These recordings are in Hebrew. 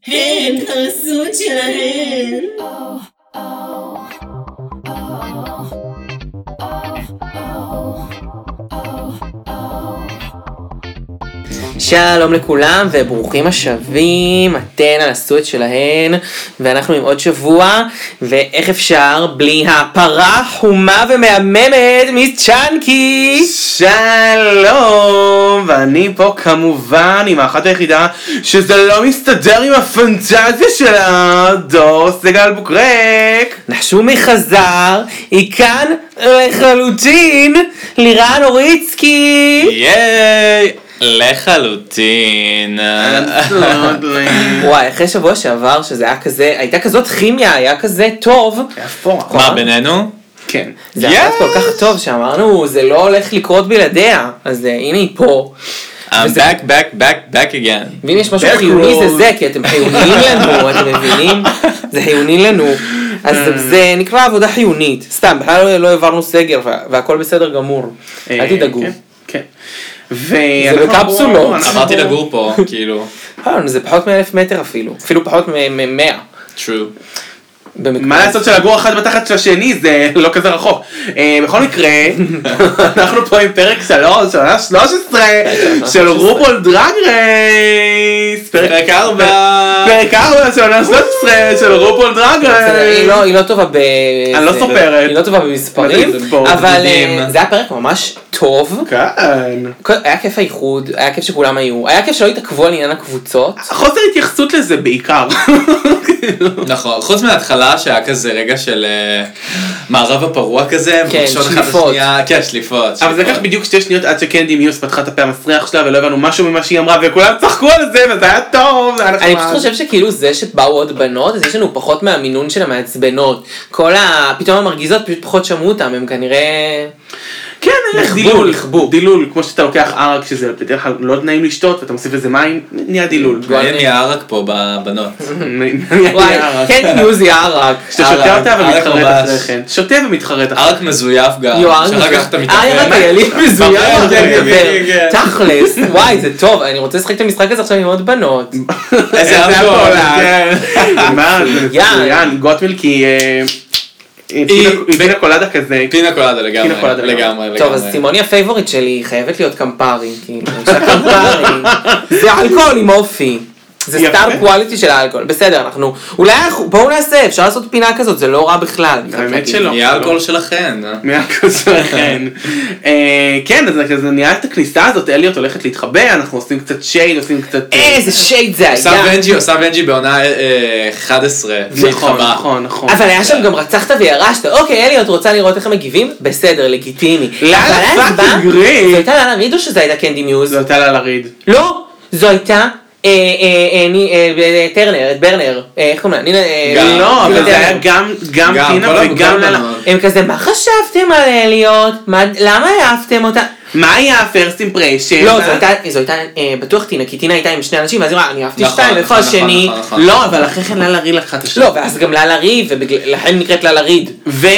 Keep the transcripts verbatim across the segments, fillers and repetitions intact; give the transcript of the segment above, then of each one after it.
הן חסות שלהן. שלום לכולם וברוכים השבים, אתן על הסוט שלהן ואנחנו עם עוד שבוע, ואיך אפשר בלי הפרה חומה ומהממת מיס צ'אנקי. שלום, ואני פה כמובן עם האחת היחידה שזה לא מסתדר עם הפנטזיה שלה, דור סגל בוקרק. נחשומי חזר, היא כאן לחלוטין, לירן אוריצקי. ייי! לחלוטין. וואי, אחרי שבוע שעבר שזה היה כזה, הייתה כזאת כימיה, היה כזה טוב. מה בינינו? כן. זה היה כל כך טוב שאמרנו זה לא הולך לקרות בלעדיה, אז הנה היא פה. I'm back, back, back, back again. ואם יש משהו חיוני זה זה, כי אתם חיוניים לנו, אתם מבינים? זה חיוני לנו. אז זה נקרא עבודה חיונית. סתם, בכלל לא העברנו סגר והכל בסדר גמור. אל תדאגו. כן. זה בקפסולות. אמרתי לגור פה, כאילו. זה פחות מאלף מטר אפילו. אפילו פחות ממאה. True. מה לעשות שלגור אחד בתחת של השני, זה לא כזה רחוק. בכל מקרה, אנחנו פה עם פרק שלוש, שנה שלוש עשרה, של רופול דרג רייס. פרק ארבע. פרק ארבע, שנה שלוש עשרה, של רופול דרג רייס. היא לא טובה ב... אני לא סופרת. היא לא טובה במספרים, אבל זה היה פרק ממש טוב. כן. היה כיף האיחוד, היה כיף שכולם היו, היה כיף שלא התעכבו על עניין הקבוצות. חוסר התייחסות לזה בעיקר. נכון, חוץ מההתחלה שהיה כזה רגע של מערב הפרוע כזה, כן, שליפות. כן, שליפות. אבל זה לקח בדיוק שתי שניות עד שקנדי מיוס פתחה את הפה המסריח שלה ולא הבנו משהו ממה שהיא אמרה וכולם צחקו על זה וזה היה טוב. אני פשוט חושב שכאילו זה שבאו עוד בנות, אז יש לנו פחות מהמינון של המעצבנות. כל פתאום המרגיזות פשוט פחות שמעו אותם, הם כנראה... כן, דילול, דילול, כמו שאתה לוקח ערק שזה בדרך כלל לא נעים לשתות ואתה מוסיף לזה מים, נהיה דילול. נהיה ערק פה בבנות. וואי, כן ניוזי ערק. שאתה שותה אותה ומתחרט אחרי כן. שותה ומתחרט אחרי. ערק מזויף גם. שאחר כך אתה מתאפר. ערק היליד מזויף. תכלס, וואי זה טוב, אני רוצה לשחק את המשחק הזה עכשיו עם עוד בנות. איזה הפעולה. מה, זה מצוין, גוטמיל כי... פינה קולדה כזה. פינה קולדה לגמרי, לגמרי. טוב, אז סימוני הפייבוריט שלי חייבת להיות קמפרי, כאילו, קמפרי. זה אלכוהול עם אופי. זה סטאר קואליטי של האלכוהול. בסדר, אנחנו, אולי בואו נעשה, אפשר לעשות פינה כזאת, זה לא רע בכלל. האמת שלא. נהיה אלכוהול שלכן. נהיה אלכוהול שלכן. כן, אז נהיה את הכניסה הזאת, אליות הולכת להתחבא, אנחנו עושים קצת שייד, עושים קצת... איזה שייד זה היה. עושה ונג'י, עושה ונג'י בעונה אחת עשרה. נכון, נכון, נכון. אבל היה שם גם רצחת וירשת, אוקיי, אליות רוצה לראות איך הם מגיבים? בסדר, לגיטימי. לאללה פאקינג ריד. זו הייתה לאללה ריד או שזו הייתה קנדי מיוז? זו הייתה לאללה ריד. לא, זו הייתה... טרנר, את ברנר, איך קוראים לה? לא, אבל זה היה גם טינה וגם לאללה. הם כזה, מה חשבתם על אליות? למה אהבתם אותה? מה היה הפרסט אימפרשן? לא, זו הייתה בטוח טינה, כי טינה הייתה עם שני אנשים, ואז היא אמרה, אני אהבתי שתיים, איפה השני? לא, אבל אחרי כן לאללה ריד לקחה את השני. לא, ואז גם לאללה ריד, ולכן נקראת לאללה ריד.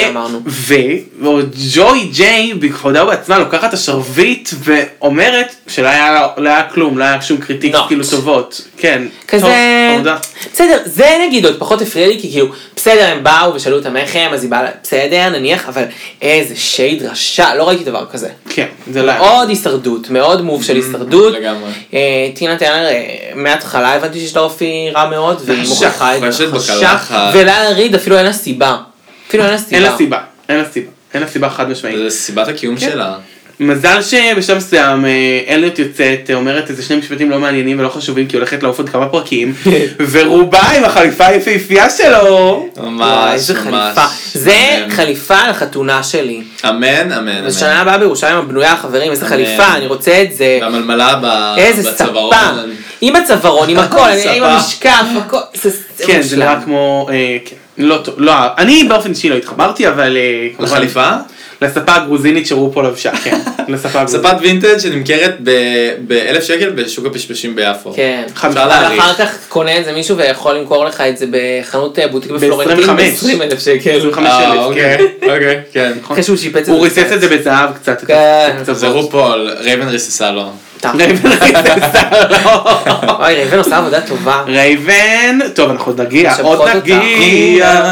וג'וי ג'יי, בכבודה ובעצמה, לוקחת את השרביט ואומרת שלא היה כלום, לא היה שום קריטיק כאילו טובות. כן, כזה... בסדר, זה נגיד עוד פחות הפריע לי, כי כאילו, בסדר, הם באו ושאלו אותם איך הם, אז היא באה, בסדר, נניח, אבל איזה שייד רשע, לא ראיתי דבר כזה. כן, זה לא... מאוד הישרדות, מאוד מוב של הישרדות. לגמרי. טינה טרנר, מההתחלה הבנתי שיש לה אופי רע מאוד, והיא מוכיחה את זה חשך, ולאללה ריד אפילו אין לה סיבה. אפילו אין לה סיבה. אין לה סיבה, אין לה סיבה, אין לה סיבה חד משמעית. זה סיבת הקיום שלה. מזל שבשלב מסוים אליות יוצאת, אומרת איזה שני משפטים לא מעניינים ולא חשובים, כי הולכת לעוף עוד כמה פרקים, ורובה עם החליפה היפהפייה שלו. ממש, ממש. זה חליפה לחתונה שלי. אמן, אמן. בשנה הבאה בירושלים הבנויה, חברים, איזה חליפה, אני רוצה את זה. והמלמלה בצווארון. איזה ספה. עם הצווארון, עם הכל, עם המשקף, הכל. כן, זה נראה כמו, לא טוב, לא, אני באופן אישי לא התחברתי, אבל... לחליפה? לספה הגרוזינית שרופול לבשה, כן. ספת וינטג' שנמכרת באלף שקל בשוק הפשפשים ביפו. כן. אחר כך קונה את זה מישהו ויכול למכור לך את זה בחנות בוטיק בפלורנטין ב-עשרים אלף שקל. עשרים וחמישה אלף, כן. אוקיי, כן. אחרי שהוא שיפץ את זה. הוא ריסס את זה בזהב קצת. זה רופול, רייבן ריססה לו. רייבן ריססה, לא. אוי, רייבן עושה עבודה טובה. רייבן, טוב, אנחנו עוד נגיע, עוד נגיע.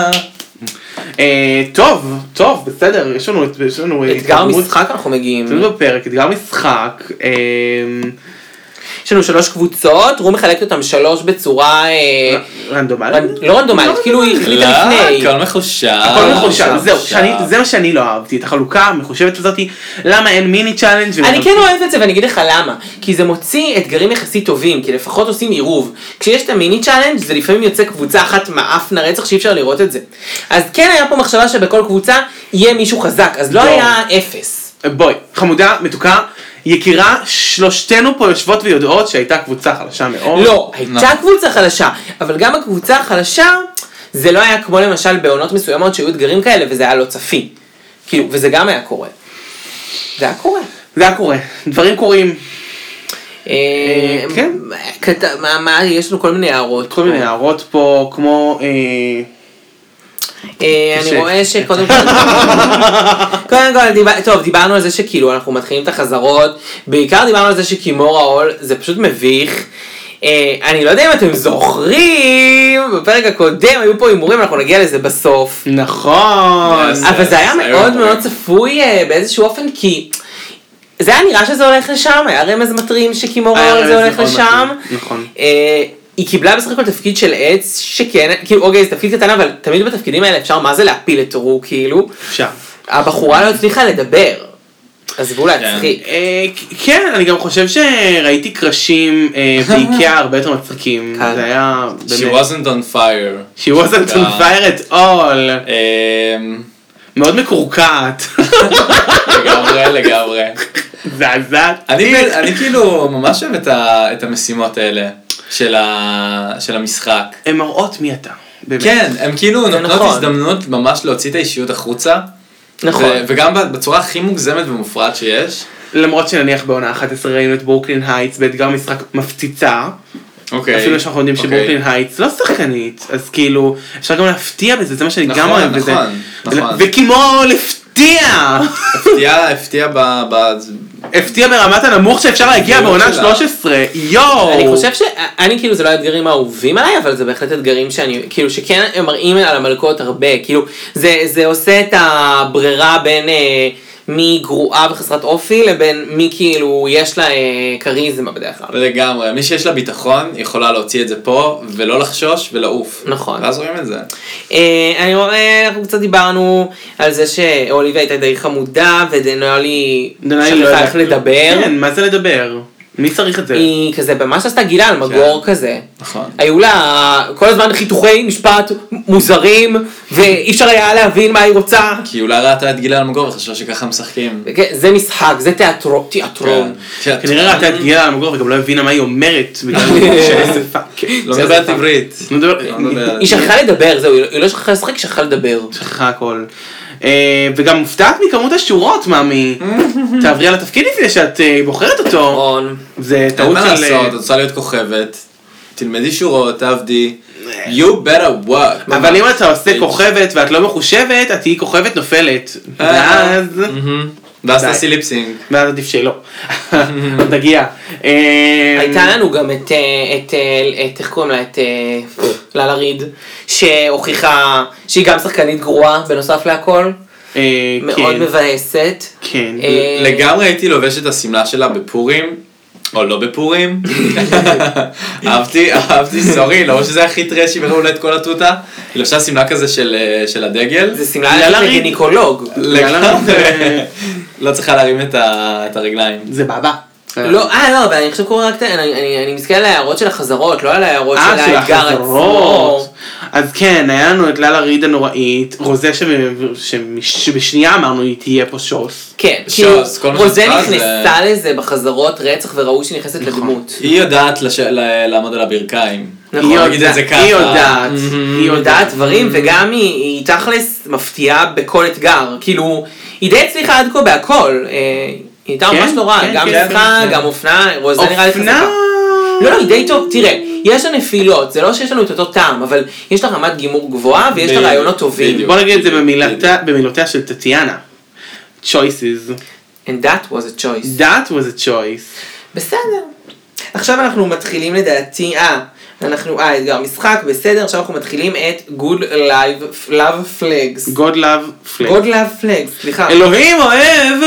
טוב, טוב, בסדר, יש לנו... אתגר משחק אנחנו מגיעים. זה בפרק, אתגר משחק. יש לנו שלוש קבוצות, רו מחלקת אותם שלוש בצורה... רנדומלית? לא רנדומלית, כאילו היא החליטה לפני. לא, הכל מחושב. הכל מחושב, זהו, זה מה שאני לא אהבתי, את החלוקה המחושבת הזאת, למה אין מיני צ'אלנג' אני כן אוהב את זה ואני אגיד לך למה, כי זה מוציא אתגרים יחסית טובים, כי לפחות עושים עירוב. כשיש את המיני צ'אלנג' זה לפעמים יוצא קבוצה אחת מאפנה רצח שאי אפשר לראות את זה. אז כן היה פה מחשבה שבכל קבוצה יהיה מישהו חזק, אז לא היה אפס. בואי, חמודה, מתוקה. יקירה, שלושתנו פה יושבות ויודעות שהייתה קבוצה חלשה מאוד. לא, הייתה קבוצה חלשה, אבל גם הקבוצה החלשה, זה לא היה כמו למשל בעונות מסוימות שהיו אתגרים כאלה, וזה היה לא צפי. כאילו, וזה גם היה קורה. זה היה קורה. זה היה קורה. דברים קורים. כן. מה, יש לנו כל מיני הערות. כל מיני הערות פה, כמו... אני רואה שקודם כל, קודם כל, טוב, דיברנו על זה שכאילו אנחנו מתחילים את החזרות, בעיקר דיברנו על זה שכימור העול זה פשוט מביך, אני לא יודע אם אתם זוכרים, בפרק הקודם היו פה הימורים, אנחנו נגיע לזה בסוף. נכון. אבל זה היה מאוד מאוד צפוי באיזשהו אופן, כי זה היה נראה שזה הולך לשם, היה רמז מטרים שכימור העול זה הולך לשם. נכון. היא קיבלה בסך הכל תפקיד של עץ, שכן, כאילו, אוקיי, זה תפקיד קטן, אבל תמיד בתפקידים האלה אפשר, מה זה להפיל את רו, כאילו? אפשר. הבחורה לא הצליחה לדבר, אז בואו להצחיק. כן, אני גם חושב שראיתי קרשים באיקאה הרבה יותר מצחיקים. זה היה... She wasn't on fire. She wasn't on fire at all. מאוד מקורקעת. לגמרי, לגמרי. זעזעת. אני כאילו ממש אוהב את המשימות האלה. של, ה... של המשחק. הן מראות מי אתה. באמת. כן, הן כאילו נותנות נכון. הזדמנות ממש להוציא את האישיות החוצה. נכון. ו... וגם בצורה הכי מוגזמת ומופרעת שיש. למרות שנניח בעונה אחת עשרה ראינו את ברוקלין הייטס באתגר משחק מפציצה. אוקיי. אפילו שאנחנו יודעים אוקיי. שברוקלין הייטס לא שחקנית. אז כאילו, אפשר גם להפתיע בזה, זה מה שאני נכון, גם אוהב בזה. נכון, נכון. וכמו לפתיע! הפתיע, הפתיע ב... ב... הפתיע ברמת הנמוך שאפשר להגיע בעונה שלוש עשרה, יואו! אני חושב שאני כאילו זה לא האתגרים האהובים עליי, אבל זה בהחלט אתגרים שאני, כאילו שכן הם מראים על המלכות הרבה, כאילו זה, זה עושה את הברירה בין אה, מי גרועה וחסרת אופי, לבין מי כאילו יש לה אה, קריזמה בדרך כלל. לגמרי, מי שיש לה ביטחון יכולה להוציא את זה פה, ולא לחשוש ולעוף. נכון. ואז רואים את זה. אה, אני רואה, אנחנו קצת דיברנו על זה שאוליביה הייתה די חמודה, ודנולי שכחה איך לדבר. כן, מה זה לדבר? מי צריך את זה? היא כזה ממש עשתה גילה על מגור כזה. נכון. היו לה כל הזמן חיתוכי משפט מוזרים, ואי אפשר היה להבין מה היא רוצה. כי אולי ראתה את גילה אלמגור וחשבה שככה משחקים. זה משחק, זה תיאטרון. כנראה ראתה את גילה אלמגור וגם לא הבינה מה היא אומרת. לא מדברת עברית. היא שכחה לדבר, זהו, היא לא שכחה לשחק, היא שכחה לדבר. שכחה הכל. וגם מופתעת מכמות השורות, מאמי. תעברי על התפקיד לפני שאת בוחרת אותו. זה טעות של... אין מה לעשות, את רוצה להיות כוכבת, תלמדי שורות, תעבדי. You better work. אבל אם אתה עושה כוכבת ואת לא מחושבת, את תהיי כוכבת נופלת. ואז... ואז תעשי ליפסינג. ואז עדיף שלא. עוד נגיע. הייתה לנו גם את, איך קוראים לה, את ללה ריד, שהוכיחה שהיא גם שחקנית גרועה בנוסף להכל. מאוד מבאסת. כן. לגמרי הייתי לובש את הסמלה שלה בפורים. או לא בפורים. אהבתי, אהבתי, סורי, לא שזה הכי טרשי וראו לה את כל הטוטה. היא לובשה סמלה כזה של הדגל. זה סמלה לגניקולוג. לא צריכה להרים את הרגליים. זה בבא. לא, אה, לא, אבל אני חושב קורא רק, אני מסתכל על ההערות של החזרות, לא על ההערות של האתגר עצמו. אז כן, היה לנו את ללה ריד הנוראית, רוזה שבשנייה אמרנו היא תהיה פה שוס. כן, כאילו, רוזה נכנסה לזה בחזרות רצח וראו שהיא נכנסת לדמות. היא יודעת לעמוד על הברכיים. היא יודעת, היא יודעת דברים, וגם היא תכלס מפתיעה בכל אתגר, כאילו, היא די הצליחה עד כה בהכל. היא הייתה ממש נורא, גם משחק, גם אופנה, רוזה נראה לי חזקה. לא, לא, היא די טוב, תראה, יש לה נפילות, זה לא שיש לנו את אותו טעם, אבל יש לה רמת גימור גבוהה, ויש לה רעיונות טובים. בוא נגיד את זה במילותיה של טטיאנה. Choices. And that was a choice. That was a choice. בסדר. עכשיו אנחנו מתחילים לדעתי, אה, אנחנו, אה, אתגר משחק, בסדר, עכשיו אנחנו מתחילים את Good Live, Love Flags. God Love Flags. God Love Flags, סליחה. אלוהים אוהב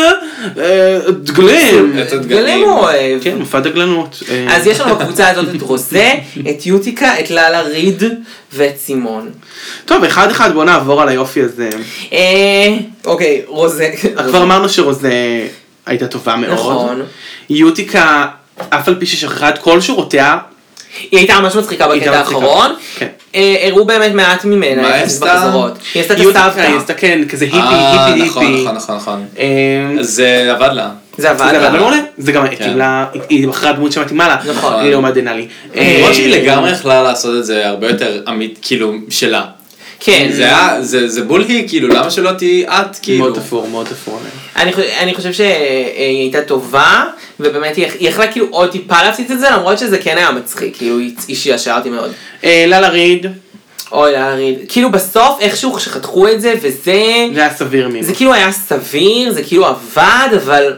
דגלים. את הדגלים. דגלים הוא אוהב. כן, מופע דגלנות. אז יש לנו בקבוצה הזאת את רוזה, את יוטיקה, את ללה ריד ואת סימון. טוב, אחד אחד בוא נעבור על היופי הזה. אה, אוקיי, רוזה. כבר אמרנו שרוזה הייתה טובה מאוד. נכון. יוטיקה, אף על פי ששכחה את כל שורותיה, היא הייתה ממש מצחיקה בקטע האחרון. כן. הראו באמת מעט ממנה. מה היא עשתה? היא עשתה את יוטיקה, הסבתא. היא עשתה כן, כזה היפי, אה, היפי, נכון, היפי. נכון, נכון, נכון. אה, זה עבד לה. זה עבד. זה עבד לה. מעולה, זה גם התאים לה, היא בחרה דמות שמתאימה לה, נכון. היא לעומת דנאלי. למרות שהיא לגמרי יכלה לעשות את זה הרבה יותר עמית, כאילו, שלה. כן. זה היה, זה, זה בולהי, כאילו, למה שלא תהיי את, כאילו. מאוד תפור, מאוד תפור. אני, חושב, אני חושב שהיא הייתה טובה, ובאמת היא, היא יכלה כאילו עוד טיפה להפסיק את זה, למרות שזה כן היה מצחיק, כאילו היא אישי השארתי מאוד. אה, ללה ריד, אוי, להריד. כאילו בסוף איכשהו שחתכו את זה, וזה... זה היה סביר ממנו. זה כאילו היה סביר, זה כאילו עבד, אבל...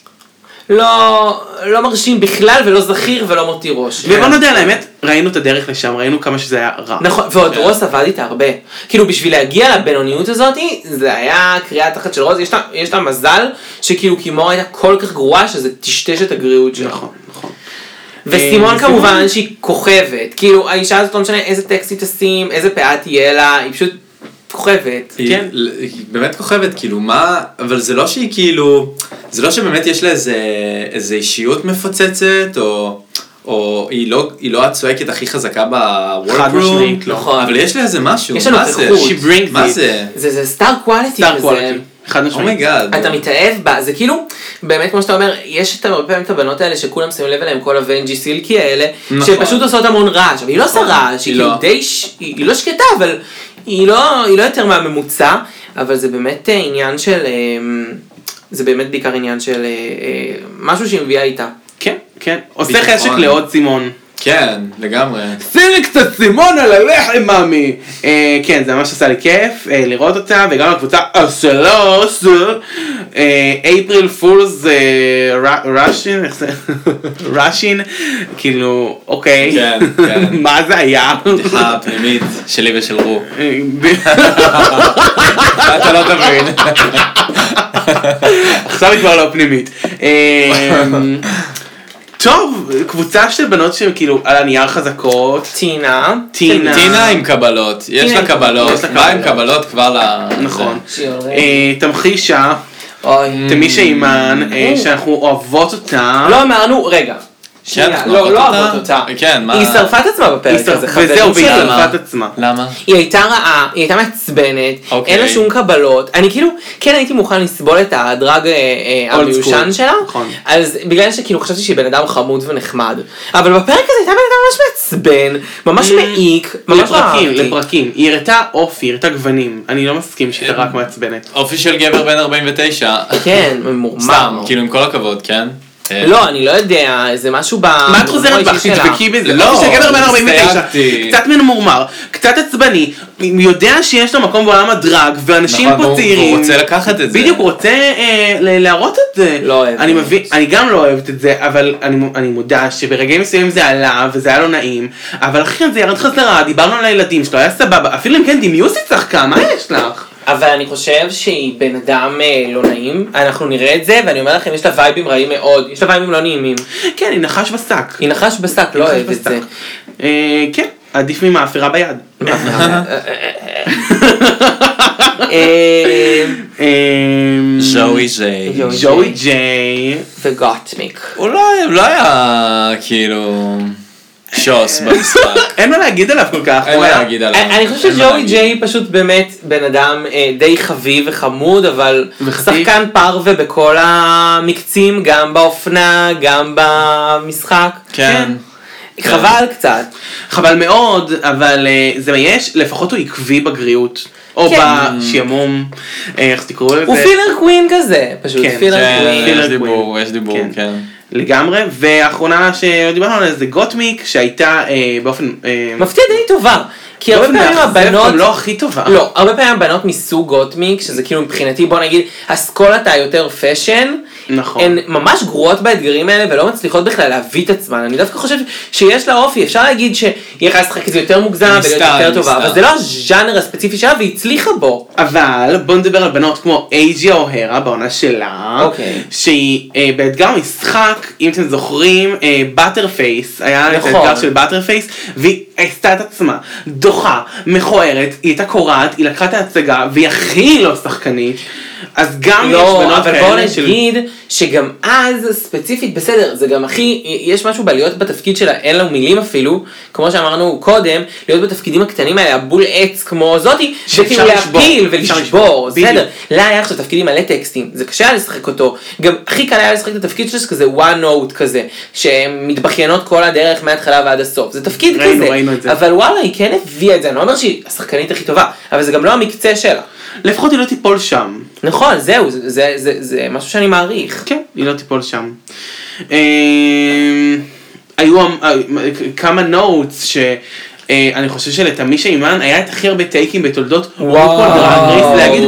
לא, לא מרשים בכלל, ולא זכיר, ולא מותיר ראש. ובוא נודה על האמת, ראינו את הדרך לשם, ראינו כמה שזה היה רע. נכון, ועוד רוס עבד איתה הרבה. כאילו בשביל להגיע לבינוניות הזאת, זה היה קריאה תחת של רוס, יש לה, יש לה מזל שכאילו קימור הייתה כל כך גרועה, שזה טשטש את הגריעות שלה. נכון, נכון. וסימון אה, כמובן סימון? שהיא כוכבת, כאילו האישה הזאת לא משנה איזה טקסט היא תשים, איזה פאה תהיה לה, היא פשוט כוכבת. היא, כן. היא באמת כוכבת, כאילו, מה, אבל זה לא שהיא כאילו, זה לא שבאמת יש לה איזה, איזה אישיות מפוצצת, או, או היא לא, היא לא הצועקת הכי חזקה בוורק חד רום, משמעית, לא. נכון. אבל יש לה איזה משהו, יש לנו מה זה? איכות. She brings מה it. זה? זה זה סטאר קואליטי סטאר כזה. קואליטי. אחד משמעית. אומייגאד. אתה מתאהב בה, זה כאילו, באמת כמו שאתה אומר, יש את הרבה פעמים את הבנות האלה שכולם שמים לב אליהם, כל הוונג'י סילקי האלה, נכון. שפשוט עושות המון רעש, אבל היא לא עושה רעש, היא היא כאילו לא. די, ש- היא היא לא שקטה, אבל היא לא היא לא יותר מהממוצע, אבל זה באמת אה, עניין של, אה, זה באמת בעיקר עניין של אה, אה, משהו שהיא מביאה איתה. כן, כן. עושה ביטחון. חשק לעוד סימון. כן, לגמרי. שימי קצת סימון על הלחם, ממי. אה, כן, זה ממש עשה לי כיף אה, לראות אותה, וגם לקבוצה השלוש, אפריל פולס ראשין, איך זה? ראשין, כאילו, אוקיי. כן, כן. מה זה היה? בדיחה פנימית שלי ושל רו. אה, אתה לא תבין. עכשיו היא כבר לא פנימית. אה, טוב, קבוצה של בנות שהן כאילו על הנייר חזקות. טינה. טינה. טינה עם קבלות, יש טינה לה עם קבלות, יש לה באה עם קבלות. קבלות כבר ל... נכון. שהיא הולכת. אה, תמחישה, אוי. תמישה אימן, אה, שאנחנו אוהבות אותה. לא אמרנו, רגע. שנייה, אנחנו לא, אוהבות לא אותה? אוהבות אותה. כן, מה? היא שרפה את עצמה בפרק היא הזה, שרף- חברים וזהו, והיא שלי. שרפה את עצמה. למה? היא הייתה רעה, היא הייתה מעצבנת, אוקיי. אין לה שום קבלות, אני כאילו, כן הייתי מוכן לסבול את הדרג אה, אה, Old המיושן school. שלה, נכון. אז בגלל שכאילו חשבתי שהיא בן אדם חמוד ונחמד, אבל בפרק הזה הייתה בן אדם ממש מעצבן, ממש מעיק, ממש לא לפרקים, אהבתי. לפרקים. היא הראתה אופי, היא הראתה גוונים. אני לא מסכים שהיא רק מעצבנת. אופי של גבר בן ארבעים ותשע. כן, ממורמר. סתם, כאילו עם כל הכבוד, כן? לא, אני לא יודע, זה משהו ב... מה את חוזרת בך? תדבקי בזה. לא, אופי של גבר בן ארבעים ותשע. הסתייגתי. קצת ממורמר, קצת עצבני. הוא יודע שיש לו מקום בעולם הדרג, ואנשים נכון, פה הוא- צעירים. הוא רוצה לקחת את זה. בדיוק, הוא רוצה אה, ל- להראות את זה. לא אוהבת. אני מבין, אני גם לא אוהבת את זה, אבל אני, אני מודה שברגעים מסוימים זה עלה, וזה היה לא נעים, אבל אחי, זה ירד חזרה, דיברנו על הילדים שלו, היה סבבה, אפילו אם כן דימיוסי צחקה, מה יש לך? אבל אני חושב שהיא בן אדם אה, לא נעים, אנחנו נראה את זה, ואני אומר לכם, יש לה וייבים רעים מאוד, יש לה וייבים לא נעימים. כן, היא נחש בשק. היא נחש בשק, לא נחש אוהב את בשק. זה. אה, כן, עדיף ממאפרה ביד. אה, אה, ז'וי ז'יי. ז'וי. ז'וי ג'יי. וגוטמיק. הוא לא לא היה כאילו שוס במשחק. אין מה להגיד עליו כל כך. אין הוא מה היה- להגיד עליו. אני חושב אין מה שג'וי להגיד. ג'יי פשוט באמת בן אדם אה, די חביב וחמוד, אבל וחטיף. שחקן פרווה בכל המקצים, גם באופנה, גם במשחק. כן. חבל קצת. חבל מאוד, אבל אה, זה מה יש, לפחות הוא עקבי בגריעות. או כן. בשעמום, אה, איך תקראו לזה? הוא פילר קווין כזה, פשוט כן, פילר כן, קווין. פילר יש דיבור, קווין. יש דיבור, כן. כן. לגמרי, והאחרונה שדיברנו עליה זה גוטמיק, שהייתה אה, באופן... אה, מפתיע די טובה. כי הרבה באופן פעמים מאכזב, הבנות... גם לא הכי טובה. לא, הרבה פעמים הבנות מסוג גוטמיק, שזה כאילו מבחינתי, בוא נגיד, אסכולת היותר פשן, נכון. הן ממש גרועות באתגרים האלה ולא מצליחות בכלל להביא את עצמן. אני דווקא חושב שיש לה אופי, אפשר להגיד שהיא יכולה לשחק את זה יותר מוגזם ולהיות יותר טובה, אבל זה לא הז'אנר הספציפי שלה והיא הצליחה בו. אבל בוא נדבר על בנות כמו אייג'י אוהרה בעונה שלה, אוקיי. שהיא אה, באתגר המשחק, אם אתם זוכרים, באטר פייס, היה את נכון. האתגר של באטר פייס, והיא עשתה את עצמה דוחה, מכוערת, היא הייתה קורעת, היא לקחה את ההצגה והיא הכי לא שחקנית. אז גם לא, יש בנות אבל כאלה בואו של... נגיד שגם אז ספציפית בסדר, זה גם הכי, יש משהו בלהיות בתפקיד שלה, אין לו מילים אפילו, כמו שאמרנו קודם, להיות בתפקידים הקטנים האלה, הבול עץ כמו זאתי, שכאילו להפיל ולשבור, בסדר, לה היה עכשיו תפקידים מלא טקסטים, זה קשה היה לשחק אותו, גם הכי קל היה לשחק את התפקיד שלה כזה one note כזה, שהן מתבחיינות כל הדרך מההתחלה ועד הסוף, זה תפקיד ראינו, כזה, ראינו את זה. אבל וואלה היא כן הביאה את זה, אני לא אומר שהיא השחקנית הכי טובה, אבל זה גם לא המקצה שלה. לפחות היא לא תיפול שם. נכון, זהו, זה, זה, זה, זה משהו שאני מעריך. כן, היא לא תיפול שם. היו כמה נוטס שאני חושב שלתמישה אימן היה את הכי הרבה טייקים בתולדות רופול דרג רייס להגיד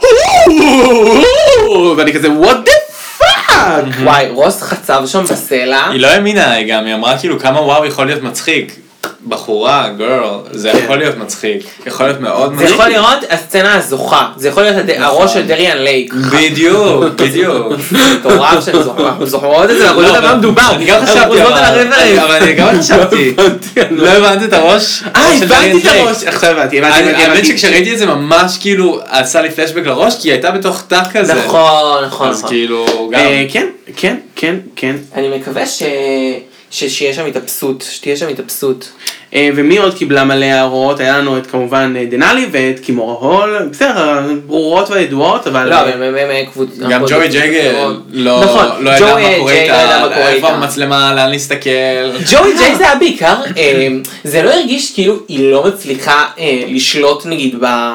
ואני כזה what the fuck. וואי, רוס חצב שם בסלע. היא לא האמינה, גם היא אמרה כאילו כמה וואו יכול להיות מצחיק. בחורה, גרל, זה יכול להיות מצחיק, יכול להיות מאוד מצחיק. זה יכול להיות הסצנה הזוכה, זה יכול להיות הראש של דריאן לייק. בדיוק, בדיוק. תורב של זוכה, זוכרות את זה, אנחנו לא יודעים מה מדובר. אני גם חשבתי, אבל אני גם חשבתי. לא הבנתי את הראש. אה, הבנתי את הראש. עכשיו הבנתי, הבנתי. האמת שכשראיתי את זה ממש כאילו עשה לי פלשבק לראש, כי היא הייתה בתוך תא כזה. נכון, נכון. אז כאילו גם. כן, כן, כן, כן. אני מקווה ש... שיהיה שם התאפסות, שתהיה שם התאפסות. ומי עוד קיבלה מלא הערות? היה לנו את כמובן דנאלי ואת קימורה הול, בסדר, ברורות וידועות, אבל... לא, הם קבוצה... גם ג'וי ג'ייגל לא ידע מה קורה איתה, איפה המצלמה, לאן להסתכל. ג'וי ג'יי זה היה בעיקר, זה לא הרגיש כאילו היא לא מצליחה לשלוט נגיד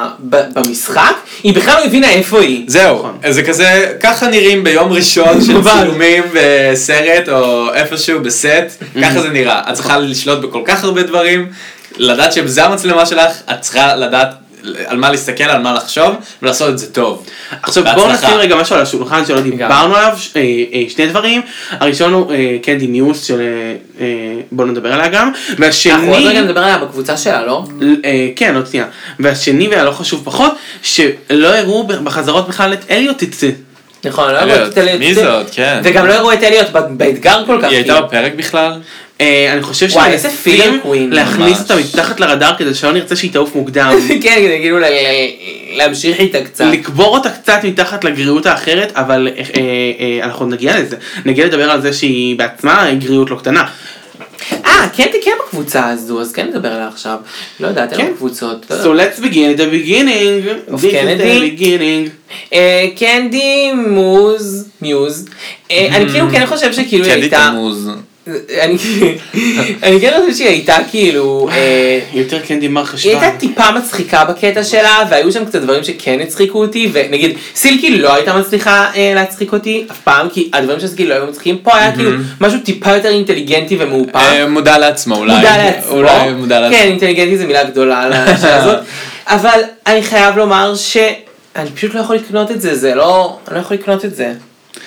במשחק, היא בכלל לא הבינה איפה היא. זהו, זה כזה, ככה נראים ביום ראשון של צילומים בסרט או איפשהו בסט, ככה זה נראה. את צריכה לשלוט בכל כך הרבה דברים, לדעת שזה המצלמה שלך, את צריכה לדעת על מה להסתכל, על מה לחשוב, ולעשות את זה טוב. עכשיו בואו נשים רגע משהו על השולחן שלא דיברנו עליו, שני דברים. הראשון הוא קנדי מיוס, בואו נדבר עליה גם, והשני... אנחנו עוד רגע נדבר עליה בקבוצה שלה, לא? כן, עוד שנייה. והשני, והלא חשוב פחות, שלא הראו בחזרות בכלל את אליוט תצא. נכון, לא הראו את אליוט. מי זאת, כן. וגם לא הראו את אליוט באתגר כל כך. היא הייתה בפרק בכלל? אני חושב שמנסים להכניס אותה מתחת לרדאר כדי שלא נרצה שהיא תעוף מוקדם. כן, כדי כאילו להמשיך איתה קצת. לקבור אותה קצת מתחת לגריעות האחרת, אבל אנחנו נגיע לזה. נגיע לדבר על זה שהיא בעצמה גריעות לא קטנה. אה, כן תקיים בקבוצה הזו, אז כן נדבר עליה עכשיו. לא יודעת, אין בקבוצות. So let's begin at the beginning. Of This Kennedy. is the beginning. קנדי מוז, מיוז. אני כאילו כן חושב שכאילו היא הייתה... קנדי תמוז. אני אני כן חושב שהיא הייתה כאילו... יותר קנדי מר חשבה. היא הייתה טיפה מצחיקה בקטע שלה, והיו שם קצת דברים שכן הצחיקו אותי, ונגיד סילקי לא הייתה מצליחה להצחיק אותי אף פעם, כי הדברים של סילקי לא היו מצחיקים, פה היה כאילו משהו טיפה יותר אינטליגנטי ומאופן. מודע לעצמו אולי. מודע לעצמו. אולי מודע לעצמו. כן, אינטליגנטי זה מילה גדולה על השאלה הזאת, אבל אני חייב לומר שאני פשוט לא יכול לקנות את זה, זה לא, אני לא יכול לקנות את זה.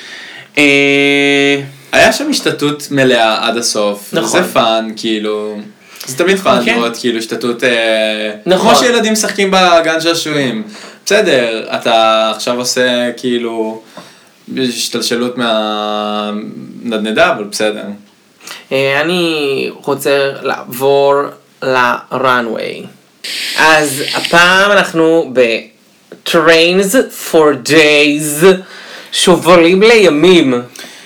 היה שם השתתות מלאה עד הסוף, זה פאן, כאילו, זה תמיד פאן לראות, כאילו, השתתות, כמו שילדים משחקים בגן שעשועים, בסדר, אתה עכשיו עושה, כאילו, השתלשלות מהנדנדה, אבל בסדר. אני רוצה לעבור לרנווי. אז הפעם אנחנו ב-Trains for Days, שובלים לימים.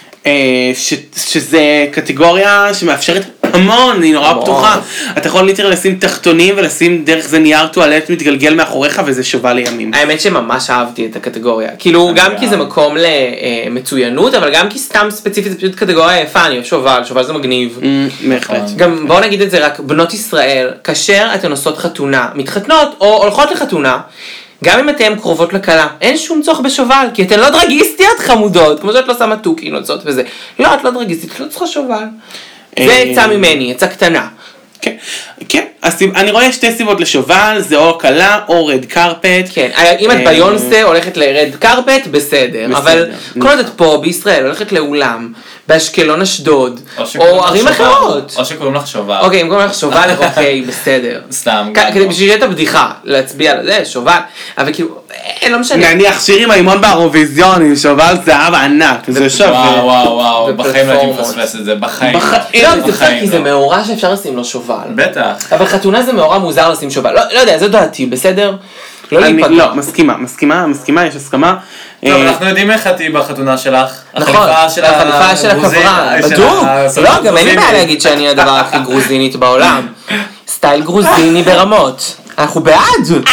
שזה קטגוריה שמאפשרת המון, היא נורא פתוחה. אתה יכול ליטר לשים תחתונים ולשים דרך זה נייר טואלט מתגלגל מאחוריך וזה שובל לימים. האמת שממש אהבתי את הקטגוריה. כאילו גם כי זה מקום למצוינות, אבל גם כי סתם ספציפית זה פשוט קטגוריה יפה, אני אוהב שובל, שובל זה מגניב. בהחלט. גם בואו נגיד את זה רק, בנות ישראל, כאשר אתן עושות חתונה, מתחתנות או הולכות לחתונה, גם אם אתן קרובות לקלה, אין שום צורך בשובל, כי אתן לא דרגיסטיות חמודות, כמו שאת לא שמה טוקי, נוצות וזה. לא, את לא דרגיסטית, את לא צריכה שובל. זה עצה ממני, עצה קטנה. כן, כן, אני רואה שתי סיבות לשובל, זה או קלה או רד קרפט. כן, אם את ביונסה הולכת לרד קרפט, בסדר, אבל כל עוד את פה בישראל הולכת לאולם, באשקלון אשדוד, או ערים אחרות. או שקוראים לך שובל. אוקיי, אם קוראים לך שובל, אוקיי, בסדר. סתם. כדי בשביל שיהיה את הבדיחה, להצביע על זה, שובל, אבל כאילו, לא משנה. נניח שיר עם האימון באירוויזיון, עם שובל זהב ענק, זה שווה. וואו, וואו, וואו, בחיים לא הייתי מפספס את זה, בחיים. לא, זה בסדר, כי זה מאורע שאפשר לשים לו שובל. בטח. אבל חתונה זה מאורע מוזר לשים שובל. לא יודע, זו דעתי, בסדר? לא להיפגע. לא, מסכימה, מסכימה, מסכימה, יש הסכמה. טוב, אנחנו יודעים איך את בחתונה שלך. נכון, החליפה של הכברה, בדיוק. לא, גם אין לי בעיה להגיד שאני הדבר הכי גרוזינית בעולם. סטייל גרוזיני ברמות. אנחנו בעד.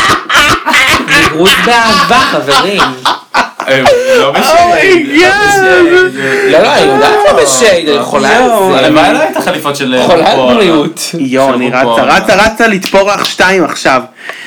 גרוז באהבה, חברים. לא בשייד. לא, לא, אני יודעת לא בשייד, אני חולה על זה. הלוואי לא הייתה חליפות של... חולה על בריאות. יו, אני רצה, רצה, רצה לתפור לך שתיים עכשיו.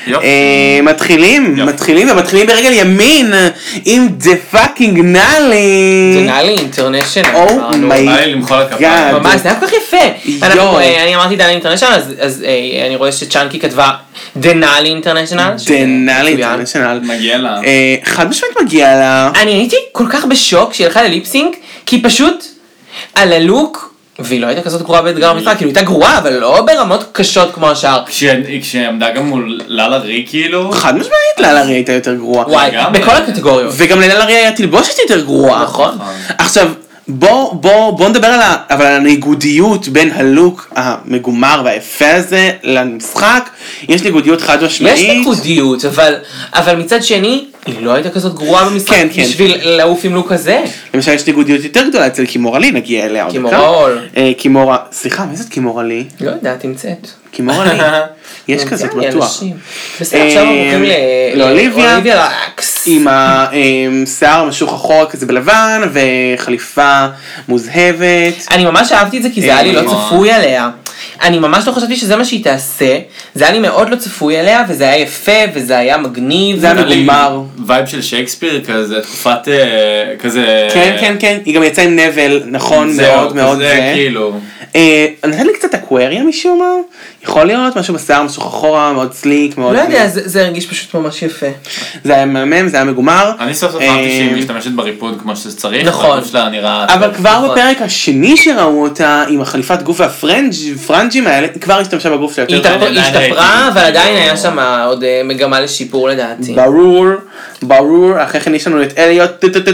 מתחילים, מתחילים ומתחילים ברגל ימין עם The Fucking Nally. The Nally International. אומייגאד. ממש, זה היה כל כך יפה. אני אמרתי Nally International, אז אני רואה שצ'אנקי כתבה The Nally International. The Nally International. מגיע לה. חד משמעית מגיע לה. אני הייתי כל כך בשוק שהיא הלכה לליפסינק, כי פשוט על הלוק, והיא לא הייתה כזאת גרועה באתגר המשחק, כאילו הייתה גרועה, אבל לא ברמות קשות כמו השאר. כשהיא עמדה גם מול ללה רי כאילו. חד משמעית ללה רי הייתה יותר גרועה. וואי, בכל הקטגוריות. וגם ללה רי היה תלבושת יותר גרועה. נכון. עכשיו, בוא, בוא, בוא נדבר על ה, אבל על הניגודיות בין הלוק המגומר והיפה הזה למשחק. יש ניגודיות חד משמעית. יש ניגודיות, אבל, אבל מצד שני, היא לא הייתה כזאת גרועה במשחק, כן, כן. בשביל לעוף עם לוק כזה. למשל יש ניגודיות יותר גדולה אצל קימורלי, נגיע אליה עוד קימורול. אה, קימורה, סליחה, מי זאת קימורלי? לא יודעת, תמצאת. קימורלי, יש כזאת בטוח. בסדר, עכשיו אנחנו הולכים לאוליביה, לאקס. עם השיער המשוך אחורה כזה בלבן, וחליפה מוזהבת. אני ממש אהבתי את זה, כי זה היה לי לא צפוי עליה. אני ממש לא חשבתי שזה מה שהיא תעשה, זה היה לי מאוד לא צפוי עליה, וזה היה יפה, וזה היה מגניב. זה היה מגומר. וייב של שייקספיר כזה, תקופת כזה... כן, כן, כן, היא גם יצאה עם נבל, נכון, מאוד מאוד זה. זה כאילו... נתן לי קצת אקווריה משום מה, יכול להיות משהו בשיער משוך אחורה, מאוד סליק, מאוד... לא יודע, זה הרגיש פשוט ממש יפה. זה היה מהמם, זה היה מגומר. אני סוף סוף אמרתי שהיא משתמשת בריפוד כמו שצריך, נכון. אבל כבר בפרק השני שראו אותה, עם החליפת גוף והפרנג'ים האלה, היא כבר השתמשה בגוף שלה יותר. היא השתפרה, אבל עדיין היה שם עוד מגמה לשיפור לדעתי. ברור, ברור, אחרי כן יש לנו את אליוט,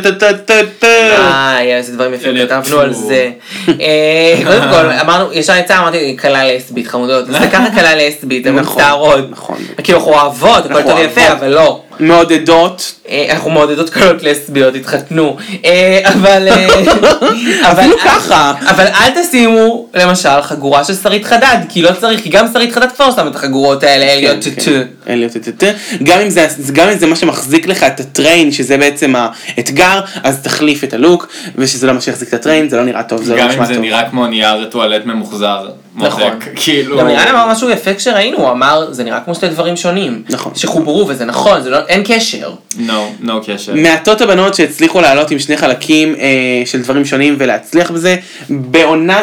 אה, איזה דברים יפים, כתבנו על זה. קודם כל, אמרנו, ישר יצא, אמרתי, קלה לסבית, חמודות. זה ככה קלה לסבית, הן מצטערות. נכון. כאילו, אנחנו אוהבות, הכל טוב יפה, אבל לא. מעודדות. אנחנו מעודדות קלות לסביות, התחתנו. אבל... אפילו ככה. אבל אל תשימו, למשל, חגורה של שרית חדד, כי לא צריך, כי גם שרית חדד כבר שם את החגורות האלה, אליוט טטו. אליוט טטו. גם אם זה מה שמחזיק לך את הטריין, שזה בעצם האתגר, אז תחליף את הלוק, ושזה לא מה שיחזיק את הטריין, זה לא נראה טוב, זה לא נשמע טוב. גם אם זה נראה כמו נייר טואלט ממוחזר. נכון. גם נראה אמר משהו יפה כשראינו, הוא אמר, זה נראה כמו שתי דברים שונים. נכון. שחוברו, וזה נכון, אין קשר. No, no קשר. מעטות הבנות שהצליחו לעלות עם שני חלקים של דברים שונים ולהצליח בזה, בעונה,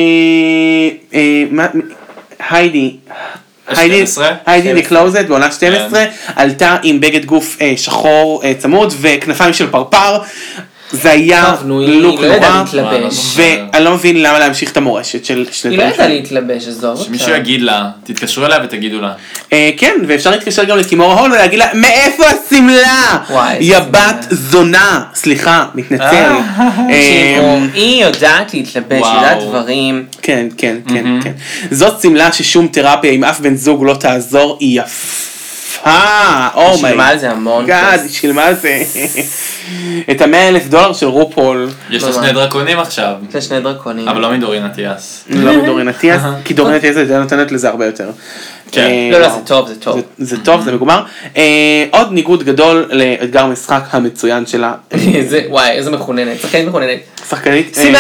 היידי, היידי די קלוזט בעונה שתים עשרה, עלתה עם בגד גוף שחור צמוד וכנפיים של פרפר, זה היה לוק נורא, ואני לא מבין למה להמשיך את המורשת של שני דברים. היא לא ידעה להתלבש, עזוב אותה. שמישהו יגיד לה, תתקשרו אליה ותגידו לה. כן, ואפשר להתקשר גם לקימורה הול ולהגיד לה, מאיפה הסמלה? יא בת זונה, סליחה, מתנצל. היא יודעת להתלבש, יודעת דברים. כן, כן, כן, כן. זאת סמלה ששום תרפיה עם אף בן זוג לא תעזור, היא יפה. אה, אומי. שילמה על זה המון. גאד, שילמה על זה. את המאה אלף דולר של רופול. יש לה שני דרקונים עכשיו. יש לה שני דרקונים. אבל לא מדורין אטיאס. לא מדורין אטיאס, כי דורין אטיאס זה נותנת לזה הרבה יותר. לא, לא, זה טוב, זה טוב. זה טוב, זה מגומר. עוד ניגוד גדול לאתגר משחק המצוין שלה. וואי, איזה מכוננת. שחקנית מכוננת. שחקנית. סימון!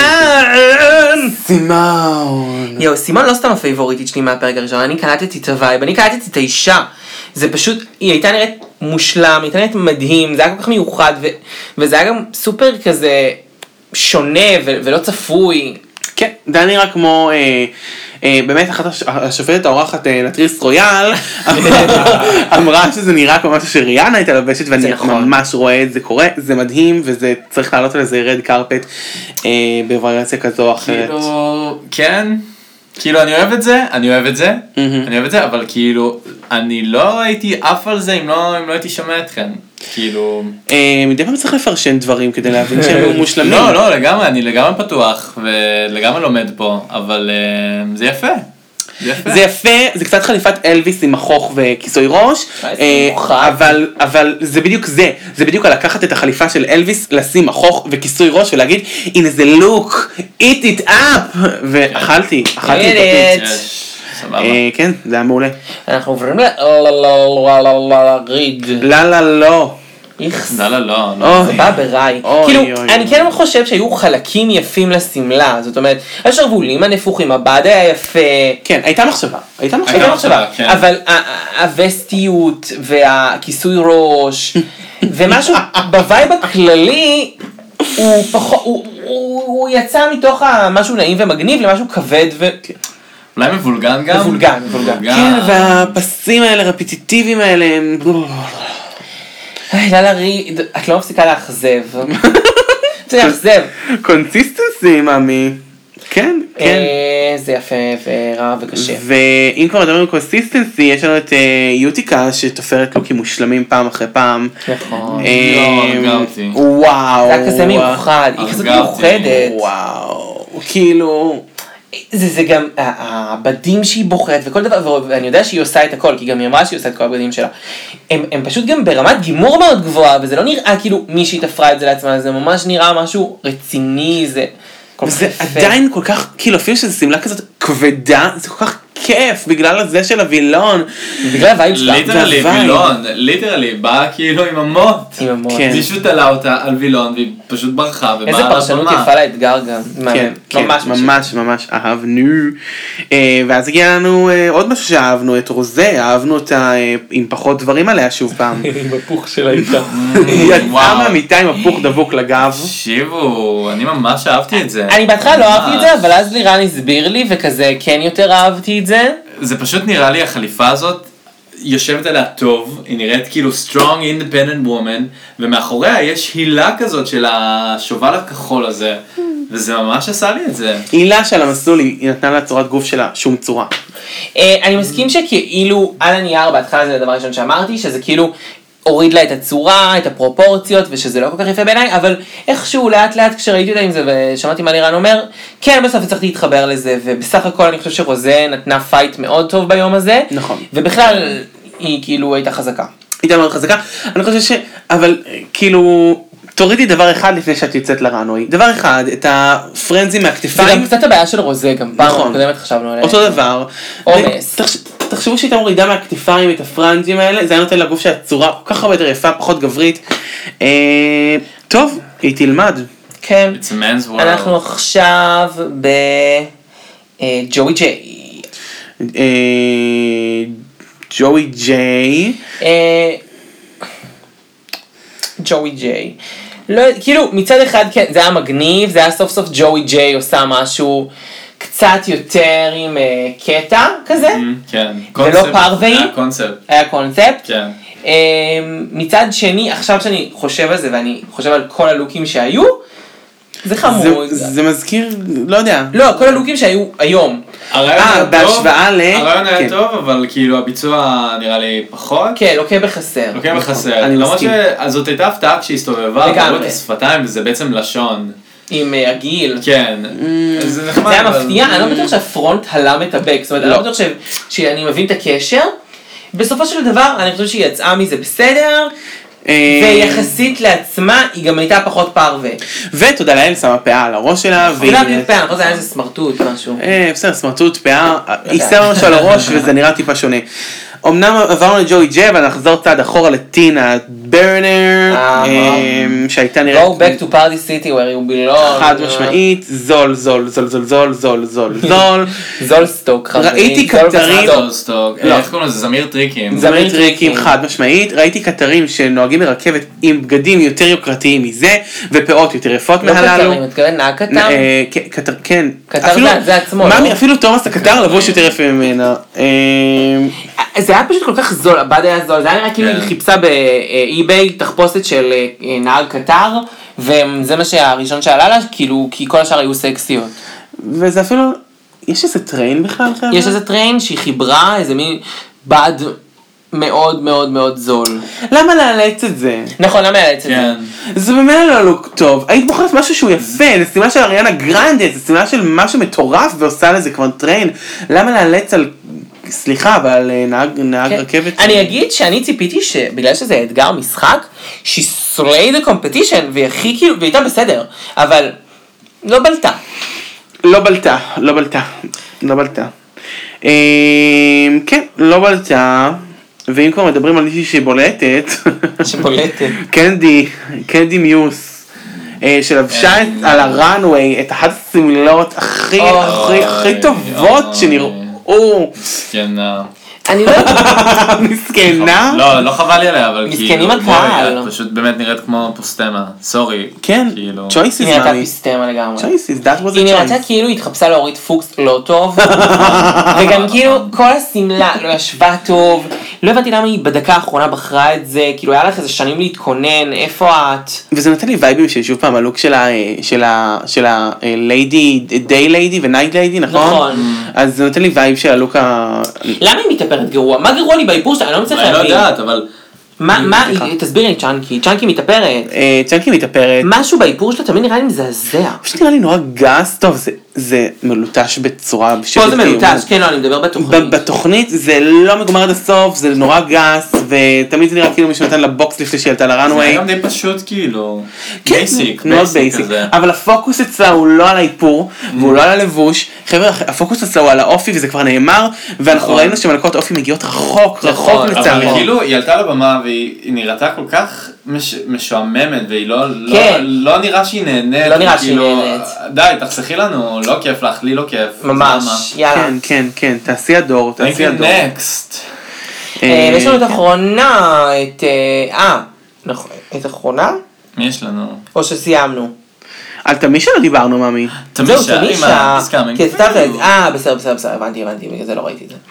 סימון. יו, סימון לא סתם הפייבוריטית שלי מהפרק הראשון, אני קלטתי את הווייב, אני קלטתי את האישה. זה פשוט, היא הייתה נראית מושלם, היא הייתה נראית מדהים, זה היה כל כך מיוחד, וזה היה גם סופר כזה שונה ולא צפוי. כן, זה היה נראה כמו באמת אחת השופטת האורחת נטריס רויאל אמרה שזה נראה כמו משהו שריאנה הייתה לובשת, ואני ממש רואה את זה קורה, זה מדהים, וזה צריך לעלות על איזה רד קרפט בווריאציה כזו או אחרת. כן, כאילו אני אוהב את זה, אני אוהב את זה, אני אוהב את זה, אבל כאילו אני לא הייתי אף על זה אם לא הייתי שומע אתכם. כאילו... מדי פעם צריך לפרשן דברים כדי להבין שהם מושלמים. לא, לא, לגמרי, אני לגמרי פתוח ולגמרי לומד פה, אבל זה יפה. זה יפה, זה קצת חליפת אלוויס עם החוך וכיסוי ראש, אבל, אבל זה בדיוק זה, זה בדיוק לקחת את החליפה של אלוויס, לשים החוך וכיסוי ראש ולהגיד, הנה זה לוק, eat it up, ואכלתי, אכלתי את הפית. כן, זה היה מעולה. אנחנו עוברים לריד. לא, לא, לא. לא, לא, לא. זה בא בראי. כאילו, אני כן חושב שהיו חלקים יפים לסמלה, זאת אומרת, השרבולים הנפוחים, הבד היה יפה. כן, הייתה מחשבה. הייתה מחשבה, אבל הווסטיות והכיסוי ראש, ומשהו בווייב הכללי, הוא יצא מתוך משהו נעים ומגניב למשהו כבד ו... אולי מבולגן גם? מבולגן, מבולגן. כן, והפסים האלה, רפיטיטיביים האלה, הם... לא לריד, את לא מפסיקה לאכזב. זה לאכזב. קונסיסטנסי, מאמי. כן, כן. זה יפה ורע וקשה. ואם כבר מדברים על קונסיסטנסי, יש לנו את יוטיקה שתופרת לוקים מושלמים פעם אחרי פעם. נכון. לא, הרגעתי. וואו. זה היה כזה מיוחד, היא כזאת מיוחדת. וואו. כאילו... זה, זה גם הבדים שהיא בוחרת וכל דבר, ואני יודע שהיא עושה את הכל, כי גם היא אמרה שהיא עושה את כל הבדים שלה. הם, הם פשוט גם ברמת גימור מאוד גבוהה, וזה לא נראה כאילו מישהי תפרה את זה לעצמה, זה ממש נראה משהו רציני, זה כל כך יפה. זה עדיין כל כך, כאילו אפילו שזו סמלה כזאת כבדה, זה כל כך כיף, בגלל הזה של הווילון. בגלל הווייב שלה. ליטרלי, וילון, ליטרלי, באה כאילו עם המוט. עם המוט. מישהו תלה אותה על וילון, והיא פשוט ברחה, ובאה איזה פרשנות יפה לאתגר גם. כן, ממש, ממש, ממש אהבנו. ואז הגיע לנו עוד משהו שאהבנו, את רוזה, אהבנו אותה עם פחות דברים עליה שוב פעם. עם הפוך שלה איתה. היא יצאה מהמיטה עם הפוך דבוק לגב. תקשיבו, אני ממש אהבתי את זה. אני בהתחלה לא אהבתי את זה, אבל אז לירן הסביר לי, וכזה כן יותר אהבתי את זה. זה פשוט נראה לי החליפה הזאת יושבת עליה טוב, היא נראית כאילו strong independent woman, ומאחוריה יש הילה כזאת של השובל הכחול הזה, וזה ממש עשה לי את זה. הילה של המסלול היא נתנה לה צורת גוף שלה שום צורה. אני מסכים שכאילו על הנייר בהתחלה זה הדבר הראשון שאמרתי, שזה כאילו הוריד לה את הצורה, את הפרופורציות, ושזה לא כל כך יפה בעיניי, אבל איכשהו לאט לאט כשראיתי אותה עם זה, ושמעתי מה לירן אומר, כן, בסוף הצלחתי להתחבר לזה, ובסך הכל אני חושב שרוזה נתנה פייט מאוד טוב ביום הזה, נכון. ובכלל היא כאילו הייתה חזקה. הייתה מאוד חזקה, אני חושב ש... אבל כאילו... תורידי דבר אחד לפני שאת יוצאת לרנוי. דבר אחד, את הפרנזים מהכתפיים. זה גם קצת הבעיה של רוזה, גם פעם נכון. קודמת חשבנו עליה. אותו דבר. עומס. תחשבו שהייתה מורידה מהכתפיים את הפרנזים האלה, זה היה נותן לגוף שלה צורה כל כך הרבה יותר יפה, פחות גברית. אה, טוב, היא תלמד. כן. It's a man's world. אנחנו עכשיו בג'וי ג'יי. ג'וי ג'יי. ג'וי ג'יי. לא, כאילו מצד אחד כן, זה היה מגניב, זה היה סוף סוף ג'וי ג'יי עושה משהו קצת יותר עם uh, קטע כזה, mm, כן. ולא פרווי, היה קונספט, היה קונספט, כן. um, מצד שני, עכשיו שאני חושב על זה ואני חושב על כל הלוקים שהיו, זה חמוד. זה, זה מזכיר, לא יודע. לא, כל הלוקים שהיו היום. אה, בהשוואה ל... הרעיון היה טוב, אבל כאילו הביצוע נראה לי פחות. כן, לוקה בחסר. לוקה בחסר. למרות שזאת הייתה הפתעה כשהסתובבה, ראו את השפתיים וזה בעצם לשון. עם הגיל. כן. זה נחמד. זה היה מפתיע, אני לא בטוח שהפרונט הלם את הבק, זאת אומרת, אני לא בטוח שאני מבין את הקשר. בסופו של דבר, אני חושב שהיא יצאה מזה בסדר. ויחסית לעצמה היא גם הייתה פחות פרווה. ותודה לאל שמה פאה על הראש שלה. זה לא בדיוק פאה, נכון? זה היה איזה סמרטוט משהו. בסדר, סמרטוט, פאה, היא שמה משהו על הראש וזה נראה טיפה שונה. אמנם עברנו לג'וי ג'י, אבל נחזור צעד אחורה לטינה ברנר, שהייתה נראית... Go back to party city where you belong. חד משמעית, זול, זול, זול, זול, זול, זול, זול, זול. זול סטוק, חברים. ראיתי קטרים... זול סטוק, איך קוראים לזה? זמיר טריקים. זמיר טריקים, חד משמעית. ראיתי קטרים שנוהגים לרכבת עם בגדים יותר יוקרתיים מזה, ופאות יותר יפות מהללו. לא קטרים, את מתכוון נהג קטר? כן. קטר זה עצמו, לא? אפילו תומאס הקטר לבוש יותר יפה ממנה. זה היה פשוט כל כך זול, הבד היה זול, זה היה נראה כאילו היא חיפשה באי-ביי תחפושת של נהג קטר, וזה מה שהראשון שעלה לה, כאילו, כי כל השאר היו סקסיות. וזה אפילו, יש איזה טריין בכלל? יש איזה טריין שהיא חיברה, איזה מין בד מאוד מאוד מאוד זול. למה לאלץ את זה? נכון, למה לאלץ את זה? זה באמת לא לוק טוב, היית בוחרת משהו שהוא יפה, זה סימה של אריאנה גרנדה, זה סימה של משהו מטורף ועושה לזה כבר טריין, למה לאלץ על... סליחה, אבל נהג רכבת... אני אגיד שאני ציפיתי שבגלל שזה אתגר משחק, she slayed the competition, והיא הכי כאילו, והיא הייתה בסדר, אבל לא בלטה. לא בלטה, לא בלטה, לא בלטה. כן, לא בלטה, ואם כבר מדברים על מישהי שבולטת... שבולטת. קנדי, קנדי מיוס. שלבשה על הראנווי את אחת הסמלות הכי הכי הכי טובות שנראו. או, מסכנה. אני לא יודעת. מסכנה? לא, לא חבל לי עליה, אבל מסכנים הקהל. פשוט באמת נראית כמו פוסטמה, סורי. כן, choices היא נראתה פוסטמה לגמרי. choices, that was a choice. היא נראתה כאילו היא התחפשה להוריד פוקס לא טוב, וגם כאילו כל הסמלה לא ישבה טוב, לא הבנתי למה היא בדקה האחרונה בחרה את זה, כאילו היה לך איזה שנים להתכונן, איפה את? וזה נותן לי וייבים ששוב פעם הלוק של ה-lady, day lady ו-night lady, נכון? נכון. אז זה נותן לי וייב של הלוק ה... למה היא מתאפרת גרוע? מה גרוע לי באיפור שלה? אני לא מצליח להבין. אני לא יודעת, אבל... מה, תסבירי לי צ'אנקי, צ'אנקי מתאפרת. צ'אנקי מתאפרת. משהו באיפור שלה תמיד נראה לי מזעזע. פשוט נראה לי נורא גס, טוב, זה מלוטש בצורה... פה זה מלוטש, כן, לא, אני מדבר בתוכנית. בתוכנית זה לא מגומר עד הסוף, זה נורא גס, ותמיד זה נראה כאילו מישהו נתן לבוקס לפני שהיא עלתה לראנווי. זה גם די פשוט כאילו, בייסיק, מאוד בייסיק, אבל הפוקוס אצלה הוא לא על האיפור, והוא לא על הלבוש, חבר'ה, הפוקוס אצלה הוא על האופי, וזה כבר נאמר, ואנחנו ראינו שמלכות אופי מגיעות רחוק, רחוק לצערי. אבל כאילו, היא עלתה לבמה והיא נראתה כל כך משועממת, והיא לא נראה שהיא נהנית. לא נראה שהיא נהנית. די, תחסכי לנו, לא כיף לך, לי לא כיף. ממש, יאללה. כן, כן, כן, תעשי הדור, תעשי הדור. נקסט. יש לנו את האחרונה, את... אה, נכון, את האחרונה? מי יש לנו? או שסיימנו. על תמישה לא דיברנו, ממי. תמישה, עם הדיסקאמינג. אה, בסדר, בסדר, בסדר, הבנתי, הבנתי, בגלל זה לא ראיתי את זה.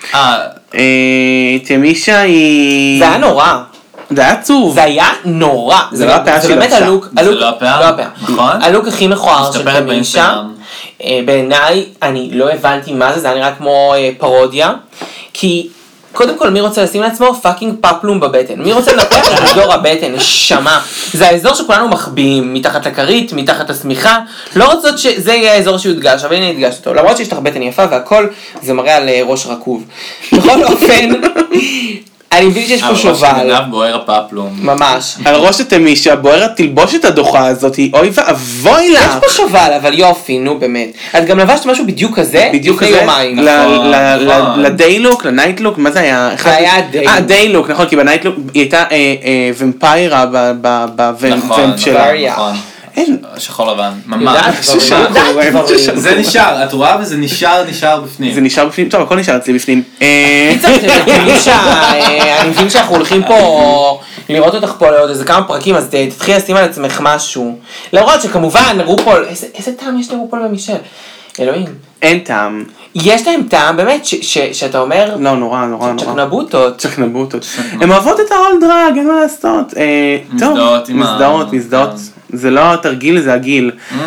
אה, תמישה היא... זה היה נורא. זה היה עצוב. זה היה נורא. זה לא הפעה של באמת הלוק, זה לא הפעה? נכון. הלוק הכי מכוער של תמישה. בעיניי, אני לא הבנתי מה זה, זה היה נראה כמו פרודיה. כי... קודם כל, מי רוצה לשים לעצמו פאקינג פפלום בבטן? מי רוצה לנפח את אזור הבטן? שמה. זה האזור שכולנו מחביאים, מתחת לכרית, מתחת לשמיכה. לא רוצות שזה יהיה האזור שיודגש, אבל הנה הדגשת אותו. למרות שיש לך בטן יפה והכל, זה מראה על ראש רקוב. בכל אופן, אני מבין שיש פה שובל. על ראש הגנב בוער הפפלום. ממש. על ראש התמישה בוער התלבושת הדוחה הזאת, אוי ואבוי לה. יש פה שובל, אבל יופי, נו באמת. את גם לבשת משהו בדיוק כזה, בדיוק כזה, לדיי-לוק, לנייט-לוק, מה זה היה? זה היה דיי-לוק. אה, דיי-לוק, נכון, כי בנייט-לוק היא הייתה ומפיירה בוונט שלה. נכון. אין. שחור לבן, ממש. זה נשאר, את רואה וזה נשאר, נשאר בפנים. זה נשאר בפנים, טוב, הכל נשאר אצלי בפנים. אני מבין שאנחנו הולכים פה לראות אותך פה לעוד איזה כמה פרקים, אז תתחיל לשים על עצמך משהו. למרות שכמובן, רופול, איזה טעם יש לרופול ומישל? אלוהים. אין טעם. יש להם טעם, באמת, שאתה אומר... לא, נורא, נורא, נורא. צ'קנבוטות. צ'קנבוטות. הם אוהבות את הרול דרג, אין מה לעשות. מזדהות עם ה... מזדהות, מזדהות. זה לא תרגיל, זה הגיל.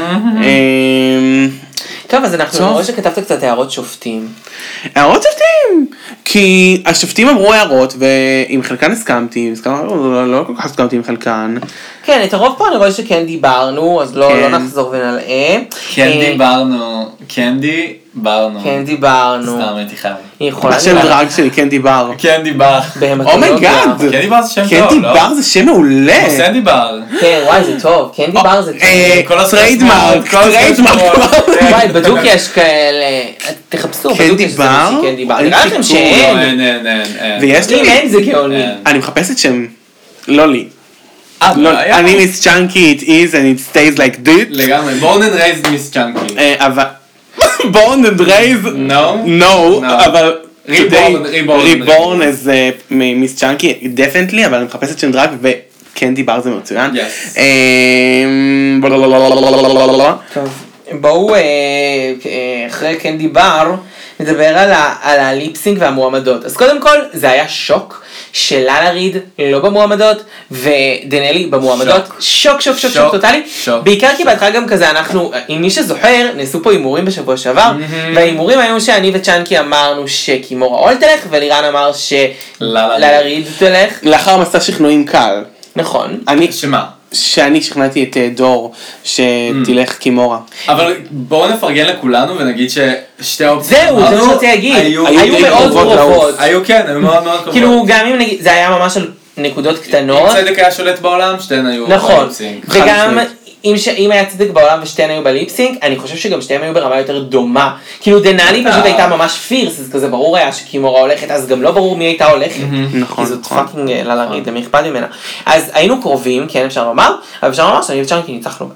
טוב, אז אנחנו רואים שכתבת קצת הערות שופטים. הערות שופטים! כי השופטים אמרו הערות, ועם חלקן הסכמתי, לא כל כך הסכמתי עם חלקן. כן, את הרוב פה אני רואה שכן דיברנו, אז לא נחזור ונלאה. כן דיברנו, כן דיברנו. כן דיברנו. סתם הייתי חייב. השם דרג שלי, כן דיבר. כן דיבר. בהמטולוגיה. כן דיבר זה שם טוב, כן לא? דיבר זה שם מעולה. כמו סן דיבר. כן, וואי, זה טוב, כן דיבר זה טוב. כל טריידמרק, טריידמרק. וואי, בדוק יש כאלה, תחפשו, בדוק יש דיבר? כן דיבר. אין נראה לכם חיכור, שאין. אין, אין, אין, אין. ויש אם לי, אין זה גאוני. אני מחפשת שם, לא לי. אה, לא, היה? אני מיס צ'אנקי, it is and it stays like this. לגמרי, born and raised מיס צ'אנקי. אבל, born and raised, No? no, No. אבל, Reborn, reborn. reborn as מיס צ'אנקי, definitely, אבל אני מחפשת שם דרג וכן דיבר זה מצוין. Yes. אמ, טוב, בואו אה, אה, אחרי כן דיבר, נדבר על, ה, על הליפסינג והמועמדות. אז קודם כל, זה היה שוק שללה ריד לא במועמדות, ודנלי במועמדות. שוק, שוק, שוק, שוק טוטלי. שוק. בעיקר כי בהתחלה גם כזה אנחנו, אם מי שזוכר, נעשו פה הימורים בשבוע שעבר, וההימורים היו שאני וצ'אנקי אמרנו שקימורה אול תלך, ולירן אמר שללה ריד תלך. לאחר מסע שכנועים קל. נכון. אני, שמה? שאני שכנעתי את אה, דור שתלך קימורה. אבל בואו נפרגן לכולנו ונגיד ששתי האופציות זהו, זה מה שרציתי להגיד. היו היו די מאוד קרובות לעוף. קרובות. היו כן, היו מאוד מאוד קרובות. כאילו גם אם נגיד, זה היה ממש על נקודות קטנות. אם צדק היה שולט בעולם, שתיהן היו נכון, בליפסינג. וגם משמעית. אם, ש... אם היה צדק בעולם ושתיהן היו בליפסינג, אני חושב שגם שתיהן היו ברמה יותר דומה. כאילו דנלי פשוט הייתה ממש פירס, אז כזה ברור היה שקימורה הולכת, אז גם לא ברור מי הייתה הולכת. נכון, כי זאת נכון. פאקינג ללה ריד, למי אכפת ממנה. אז היינו קרובים, כן אפשר לומר, אבל אפשר לומר שאני וצ'אנקי ניצחנו.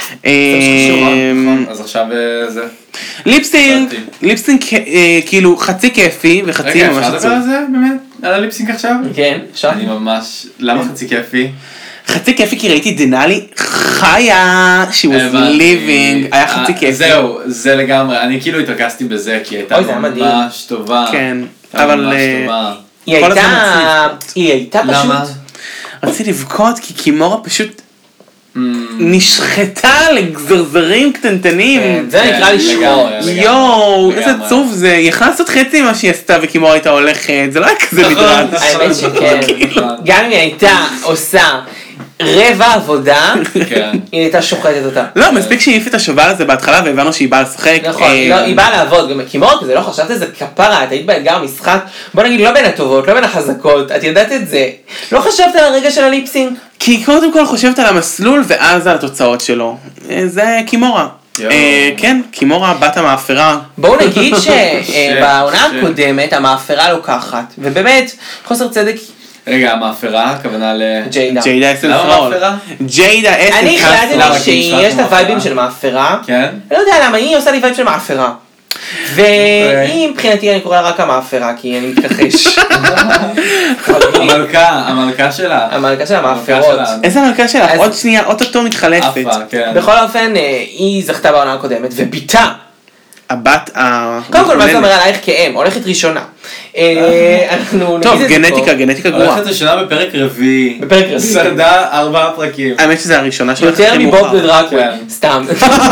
אמ, אז עכשיו אה, זה. ליפסינג, הבנתי. ליפסינג אה, כאילו חצי כיפי וחצי רגע, ממש אפשר עצוב. לדבר על זה באמת? על הליפסינג עכשיו? כן, אפשר. אני ממש... למה חצי כיפי? חצי כיפי כי ראיתי דנלי חיה, she was הבנתי. living, היה חצי אה, כיפי. זהו, זה לגמרי, אני כאילו התרכזתי בזה, כי היא הייתה אוי, זה היה מדהים. ממש טובה. כן, הייתה אבל, ממש אה, טובה. היא כל הזמן הייתה, רציתי היא הייתה פשוט, למה? רציתי לבכות כי קימורה פשוט Mm, נשחטה לגזרזרים קטנטנים. כן, זה כן, נקרא לשחוט. לגמרי. יואו, איזה לגמרי. עצוב זה, היא יכלה לעשות חצי ממה שהיא עשתה וקימורה הייתה הולכת, זה לא היה כזה נדרש. האמת שכן, כאילו. גם אם היא הייתה עושה רבע עבודה, כן. היא הייתה שוחטת אותה. לא, מספיק שהיא העיפה את השובל הזה בהתחלה והבנו שהיא באה לשחק. נכון, אה, לא, היא באה לעבוד, גם קימורה כזה, לא חשבת איזה כפרה, את היית באתגר המשחק, בוא נגיד לא בין הטובות, לא בין החזקות, את ידעת את זה, לא חשבת על הרגע של הליפסינג? כי היא קודם כל חושבת על המסלול ואז על התוצאות שלו. אה, זה קימורה. יואו. אה, כן, קימורה בת המאפרה. בואו נגיד שבעונה ש- הקודמת המאפרה לוקחת, ובאמת, חוסר צדק, רגע, המאפרה, הכוונה ל... ג'יידה. ג'יידה אסן למה פרול. מאפרה? ג'יידה אסן אני פרול. למה? החלטתי כי נשמעת שיש את כמו הווייבים מאפרה. של מאפרה, כן? אני לא יודע למה, היא עושה לי וייב של מאפרה. והיא מבחינתי אני קורא לה רק המאפרה, כי אני מתכחש. המלכה, המלכה שלה. המלכה של המלכה המאפרות. שלה. איזה מלכה שלך? אז- עוד שנייה, אוטוטו מתחלפת. עפה, כן. בכל אופן, אה, היא זכתה בעונה הקודמת, וביתה. הבת ה... קודם כל, מה זה אומר עלייך כאם? הולכת ראשונה. אה, אנחנו נגיד טוב, את זה גנטיקה, פה. גנטיקה גרועה. הולכת ראשונה בפרק רביעי. בפרק רביעי. שרדה ארבעה פרקים. האמת שזה הראשונה שלך. יותר הכי מבוב מאוחר. ודרקווי, כן. סתם.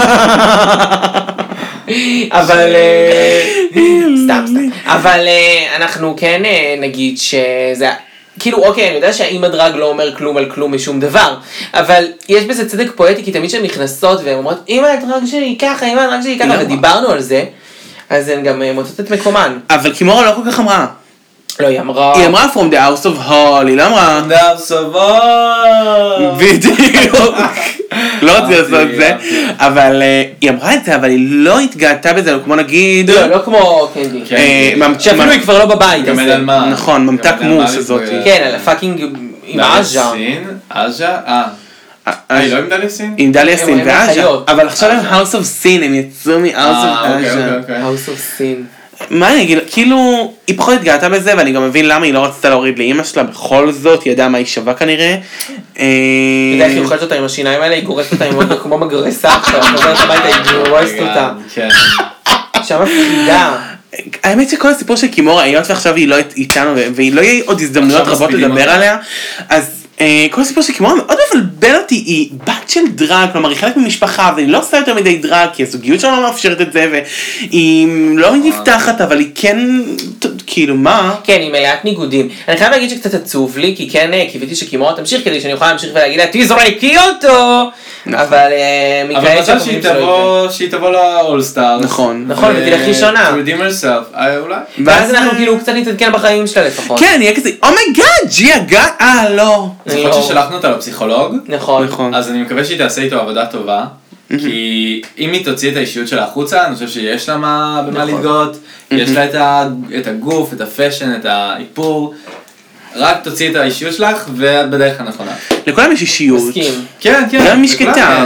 אבל, אה, סתם, סתם. אבל אה, אנחנו כן אה, נגיד שזה, כאילו אוקיי, אני יודע שהאם הדרג לא אומר כלום על כלום משום דבר, אבל יש בזה צדק פואטי, כי תמיד שהן נכנסות והן אומרות, אמא הדרג שלי ככה, אמא הדרג שלי ככה, למה? ודיברנו על זה, אז הן גם אה, מוצאות את מקומן. אבל קימורה לא כל כך אמרה. לא, היא אמרה... היא אמרה from the house of hall, היא לא אמרה... דף סבון. בדיוק. לא רציתי לעשות את זה, אהבתי. אבל אה, היא אמרה את זה, אבל היא לא התגעתה בזה, כמו נגיד... לא, לא כמו קנדי. כן. אה, ממ- שאפילו ממ- היא כבר לא בבית. גם אז- אין על מה. נכון, ממתק גם אין על מה מוס הזאת. להתבולל. כן, על הפאקינג עם עז'ה. סין? עז'ה? אה. אה, אה, היא לא עם דליה סין? עם דליה הם- סין הם ועז'ה, אחיות. אבל עכשיו הם עז'ה. house of sin, הם יצאו מ-house אה, of אוקיי, עז'ה. אוקיי, אוקיי. House of Sin. מה אני אגיד, כאילו, היא פחות התגעתה בזה, ואני גם מבין למה היא לא רצתה להוריד לאמא שלה, בכל זאת, היא ידעה מה היא שווה כנראה. אתה יודע איך היא אוכלת אותה עם השיניים האלה, היא גורסת אותה עם עוד כמו מגרסה, עכשיו, היא חוזרת הביתה, היא גורסת אותה. כן. שם מפחידה. האמת שכל הסיפור של קימורה, היות ועכשיו היא לא איתנו, והיא לא יהיה עוד הזדמנויות עכשיו רבות מספידים לדבר אותה. עליה, אז כל הסיפור של קימורה מאוד מבלבל אותי, היא בת של דרג, כלומר היא חלק ממשפחה, והיא לא עושה יותר מדי דרג, כי הזוגיות שלה לא מאפשרת את זה, והיא לא נפתחת, אבל היא כן, כאילו מה? כן, היא מלאת ניגודים. אני חייב להגיד שקצת עצוב לי, כי כן קיוויתי שקימורה תמשיך, כדי שאני אוכל להמשיך ולהגיד לה, תזרקי אותו! אבל אבל מזל שהיא תבוא לאולסטארס. נכון. נכון, ותלך ראשונה. to redeem herself, אולי. ואז אנחנו כאילו קצת נתעדכן בחיים שלה לפחות. כן, יהיה כזה, אומייגאד, ג'י הגע, אה, לא. זוכרת ששלחנו אותה לפסיכולוג? נכון. אז אני מקווה שהיא תעשה איתו עבודה טובה. כי אם היא תוציא את האישיות שלה החוצה, אני חושב שיש לה במה להתגאות. יש לה את הגוף, את הפשן, את האיפור. רק תוציא את האישיות שלך, ואת בדרך הנכונה. לכולם יש אישיות. מסכים. כן, כן. גם משקטה.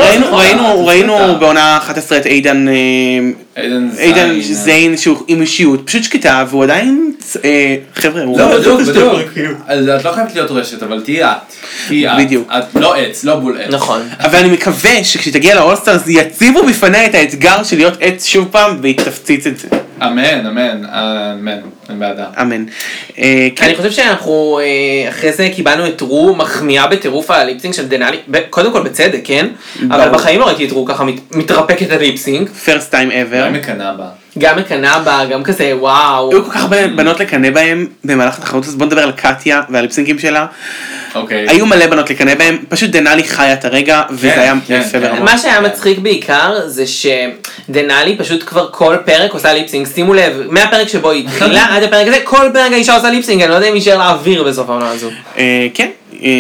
ראינו בעונה אחת עשרה את אידן, אידן זיין, שהוא עם אישיות, פשוט שקטה, והוא עדיין, חבר'ה, הוא... לא, בדיוק, בדיוק. את לא חייבת להיות רשת, אבל תהיי את. תהיי את. בדיוק. את לא עץ, לא בול עץ. נכון. אבל אני מקווה שכשתגיע לאולסטארס, יציבו בפניה את האתגר של להיות עץ שוב פעם, והיא תפציץ את זה. אמן, אמן, אמן, אני בעדה. אמן. אני חושב שאנחנו אחרי זה קיבלנו את רו מחמיאה בטירוף על הליפסינג של דנאלי, קודם כל בצדק, כן? אבל בחיים לא ראיתי את רו ככה מתרפק את הליפסינג. first time ever. גם מקנה בה. גם מקנה בה, גם כזה וואו. היו כל כך הרבה בנות לקנה בהם במהלך התחרות, אז בוא נדבר על קטיה והליפסינגים שלה. אוקיי. היו מלא בנות לקנה בהם, פשוט דנאלי חיה את הרגע, וזה היה יפה ברמה. מה שהיה מצחיק בעיקר זה שדנאלי פשוט כבר כל פרק עושה ליפסינג, שימו לב, מהפרק שבו היא התחילה עד הפרק הזה, כל פרק האישה עושה ליפסינג, אני לא יודע אם יישאר לאוויר בסוף העונה הזו. כן,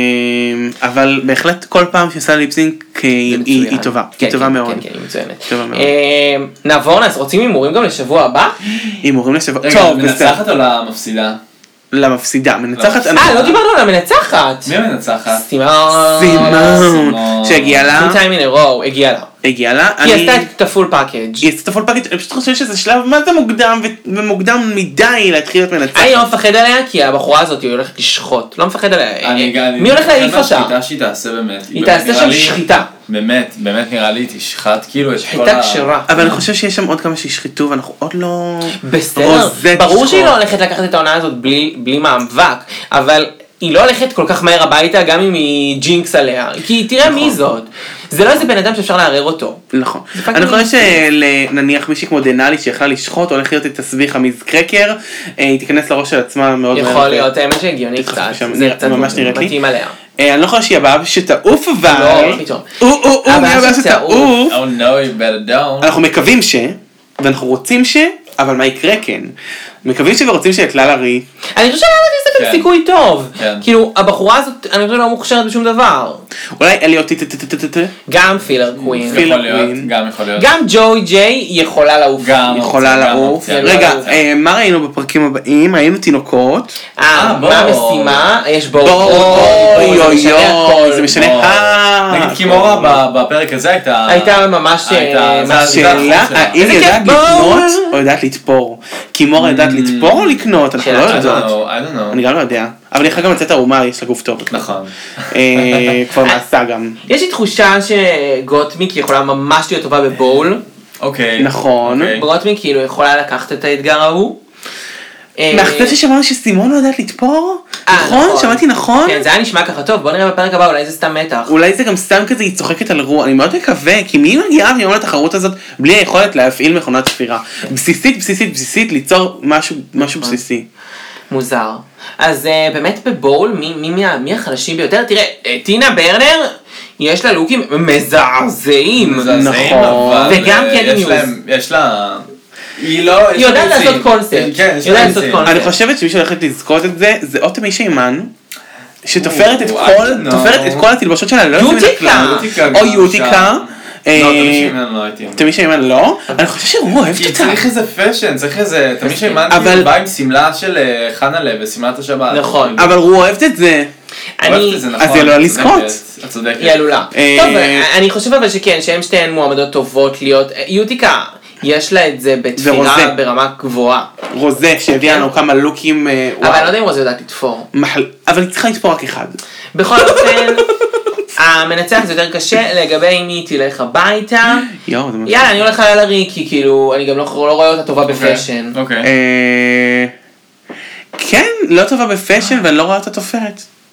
אבל בהחלט כל פעם שעושה ליפסינג היא טובה, היא טובה מאוד. כן, כן, היא מצוינת. נעבור, אז רוצים הימורים גם לשבוע הבא? הימורים לשבוע, רגע, מנצחת או למפסידה? למפסידה, מנצחת. אה, לא דיברנו על המנצחת. מי המנצחת? סימון. סימון. שהגיעה לה. two time in a row, הגיעה לה. הגיעה לה. היא עשתה את הפול פאקג'. היא עשתה את הפול פאקג', אני פשוט חושב שזה שלב מה זה מוקדם, ומוקדם מדי להתחיל את מנצחת. אני לא מפחד עליה, כי הבחורה הזאת היא הולכת לשחוט. לא מפחד עליה. מי הולך להעיף אותה? השחיטה שהיא תעשה באמת. היא תעשה שם שחיטה. באמת, באמת נראה לי, תשחט כאילו את כל ה... שחיטה כשרה. אבל אני חושב שיש שם עוד כמה שישחטו, ואנחנו עוד לא... בסדר, ברור שהיא לא הולכת לקחת את העונה הזאת בלי מאבק, אבל היא לא הולכת כל כך מהר הביתה, גם אם היא ג'ינקס עליה, כי תראה מי זאת. זה לא איזה בן אדם שאפשר לערער אותו. נכון. אני חושב שנניח מישהי כמו דנאלי שיכלה לשחוט, הולך להיות את הסביך המיזקרקר, היא תיכנס לראש של עצמה מאוד מהר. יכול להיות, האמת שהגיוני קצת. זה קצת ממש נראית לי. מתאים עליה. אני לא חושב שהיא הבאה שתעוף אבל... לא, פתאום. או, או, או, מי הבאה שתעוף? Oh no, you better don't. אנחנו מקווים ש, ואנחנו רוצים ש, אבל מה יקרה כן? מקווים ש ורוצים שאת ללה רי. אני חושב שללה רי זה גם סיכוי טוב. כאילו, הבחורה הזאת, אני חושב לא מוכשרת בשום דבר. אולי אליוטי טטטטטט. גם פילר קווין. יכול להיות, גם יכול להיות. גם ג'וי ג'יי יכולה לעוף. גם יכולה לעוף. רגע, מה ראינו בפרקים הבאים? ראינו תינוקות. אה, מה המשימה? יש בו... אוי אוי אוי, זה משנה. נגיד קימורה בפרק הזה הייתה... הייתה ממש... השאלה, האם היא יודעת לקנות או יודעת לתפור? קימורה יודעת לתפור או לקנות? אנחנו לא יודעות. אני גם לא יודע. אבל היא יכולה גם לצאת ערומה, יש לה גוף טוב. נכון. כבר נעשה גם. יש לי תחושה שגוטמיק יכולה ממש להיות טובה בבול. אוקיי. נכון. גוטמיק כאילו יכולה לקחת את האתגר ההוא. מהחצי ששמענו שסימון לא יודעת לתפור? נכון? שמעתי נכון? כן, זה היה נשמע ככה טוב, בוא נראה בפרק הבא, אולי זה סתם מתח. אולי זה גם סתם כזה, היא צוחקת על רו, אני מאוד מקווה, כי מי מגיעה ויום לתחרות הזאת בלי היכולת להפעיל מכונת ספירה? בסיסית, בסיסית, בסיסית, ליצור משהו בסיסי. מוזר. אז באמת בבול, מי החלשים ביותר? תראה, טינה ברנר, יש לה לוקים מזעזעים. נכון. וגם קדי ניוז. יש לה... היא לא... היא יודעת לעשות קונספט. כן, יש לה לעשות קונספט. אני חושבת שמי שהולכת לזכות את זה, זה או תמי שיימן, שתופרת את כל התלבשות שלה, יוטיקה. או יוטיקה. לא, תמי שיימן לא הייתי. תמי שיימן לא? אני חושב שהוא אוהבת אותה. כי צריך איזה פשן, צריך איזה... תמי שיימן כאילו בא עם סמלה של חנלה וסמלת השבת. נכון. אבל הוא אוהבת את זה. אוהבת את זה, נכון. אז היא עלולה לזכות. את צודקת. היא עלולה. טוב, אני חושב אבל שכן, שהן שתיהן מועמדות טובות להיות... יוטיקה. יש לה את זה בתפירה ברמה גבוהה. רוזה, שהביאה לנו כמה לוקים... אבל אני לא יודע אם רוזה יודעת לתפור. אבל היא צריכה לתפור רק אחד. בכל אופן, המנצח זה יותר קשה לגבי אם היא תלך הביתה. יאללה, אני הולך על הרי, כי כאילו, אני גם לא רואה אותה טובה בפשן. אוקיי. כן, לא טובה בפשן, ואני לא רואה אותה תופרת.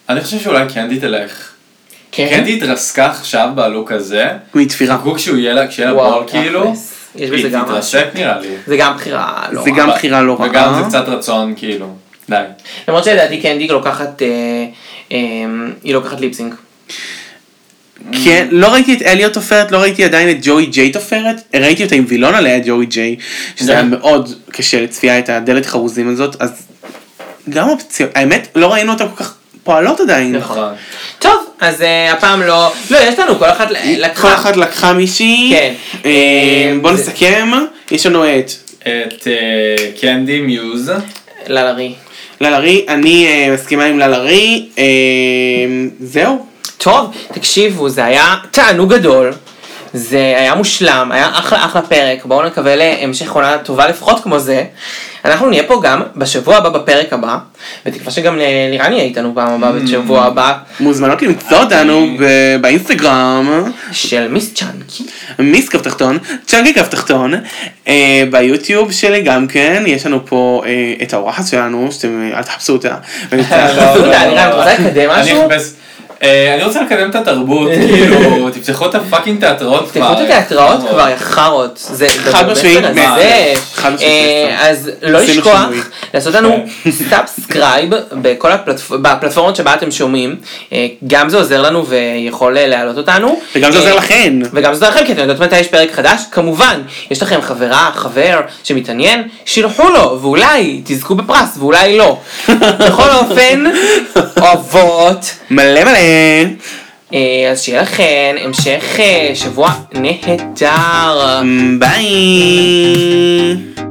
אני חושב שאולי קנדי תלך. כן? קנדי התרסקה עכשיו בעלוק הזה. מתפירה. חכו כשהוא יהיה לה, כשיהיה לה וואו, בול כאילו. תכלס. יש בזה גם היא תתרסק נראה לי. זה גם בחירה לא זה גם בחירה לא רעה. וגם זה קצת רצון כאילו. די. למרות שלדעתי קנדי לוקחת, אה, אה, היא לוקחת ליפסינג. כן, לא ראיתי את אליוט תופרת, לא ראיתי עדיין את ג'וי ג'יי תופרת, ראיתי אותה עם וילונה ליד ג'וי ג'יי, שזה היה מאוד קשה לצפייה את הדלת חרוזים הזאת, אז גם אופציות, האמת לא ראינו אותה כל כך פועלות עדיין. נכון. טוב, אז אה, הפעם לא, לא, יש לנו כל אחת לקחה. כל אחת לקחה מישהי, כן. אה, בוא נסכם, יש לנו את את אה, קנדי מיוז. ללרי. ללרי, אני אה, מסכימה עם ללרי, אה, זהו. טוב, תקשיבו, זה היה תענוג גדול, זה היה מושלם, היה אחלה אחלה פרק, בואו נקווה להמשך עונה טובה לפחות כמו זה. אנחנו נהיה פה גם בשבוע הבא בפרק הבא, בתקווה שגם לירן יהיה איתנו פעם הבאה בשבוע הבא. מוזמנות למצוא אותנו ב- באינסטגרם, של מיס צ'אנקי. מיס קו תחתון, צ'אנקי קו תחתון, אה, ביוטיוב שלי גם כן, יש לנו פה אה, את האורחת שלנו, שאתם אל תחפשו אותה. תודה, לירן, אתה רוצה לקדם משהו? אני רוצה לקדם את התרבות, כאילו, תפתחו את הפאקינג תיאטראות כבר. תפתחו את התיאטראות כבר, יא חארות. זה חד משמעית, זה. חד משמעית. אז לא עשינו לשכוח, שינוי. לעשות לנו סאבסקרייב בכל הפלטפורמות שבה אתם שומעים, גם זה עוזר לנו ויכול להעלות אותנו. וגם זה עוזר לכן. וגם זה עוזר לכם, כי אתם יודעות מתי יש פרק חדש, כמובן, יש לכם חברה, חבר שמתעניין, שילחו לו, ואולי תזכו בפרס, ואולי לא. בכל אופן, אוהבות. מלא מלא. אז שיהיה לכם המשך שבוע נהדר. ביי.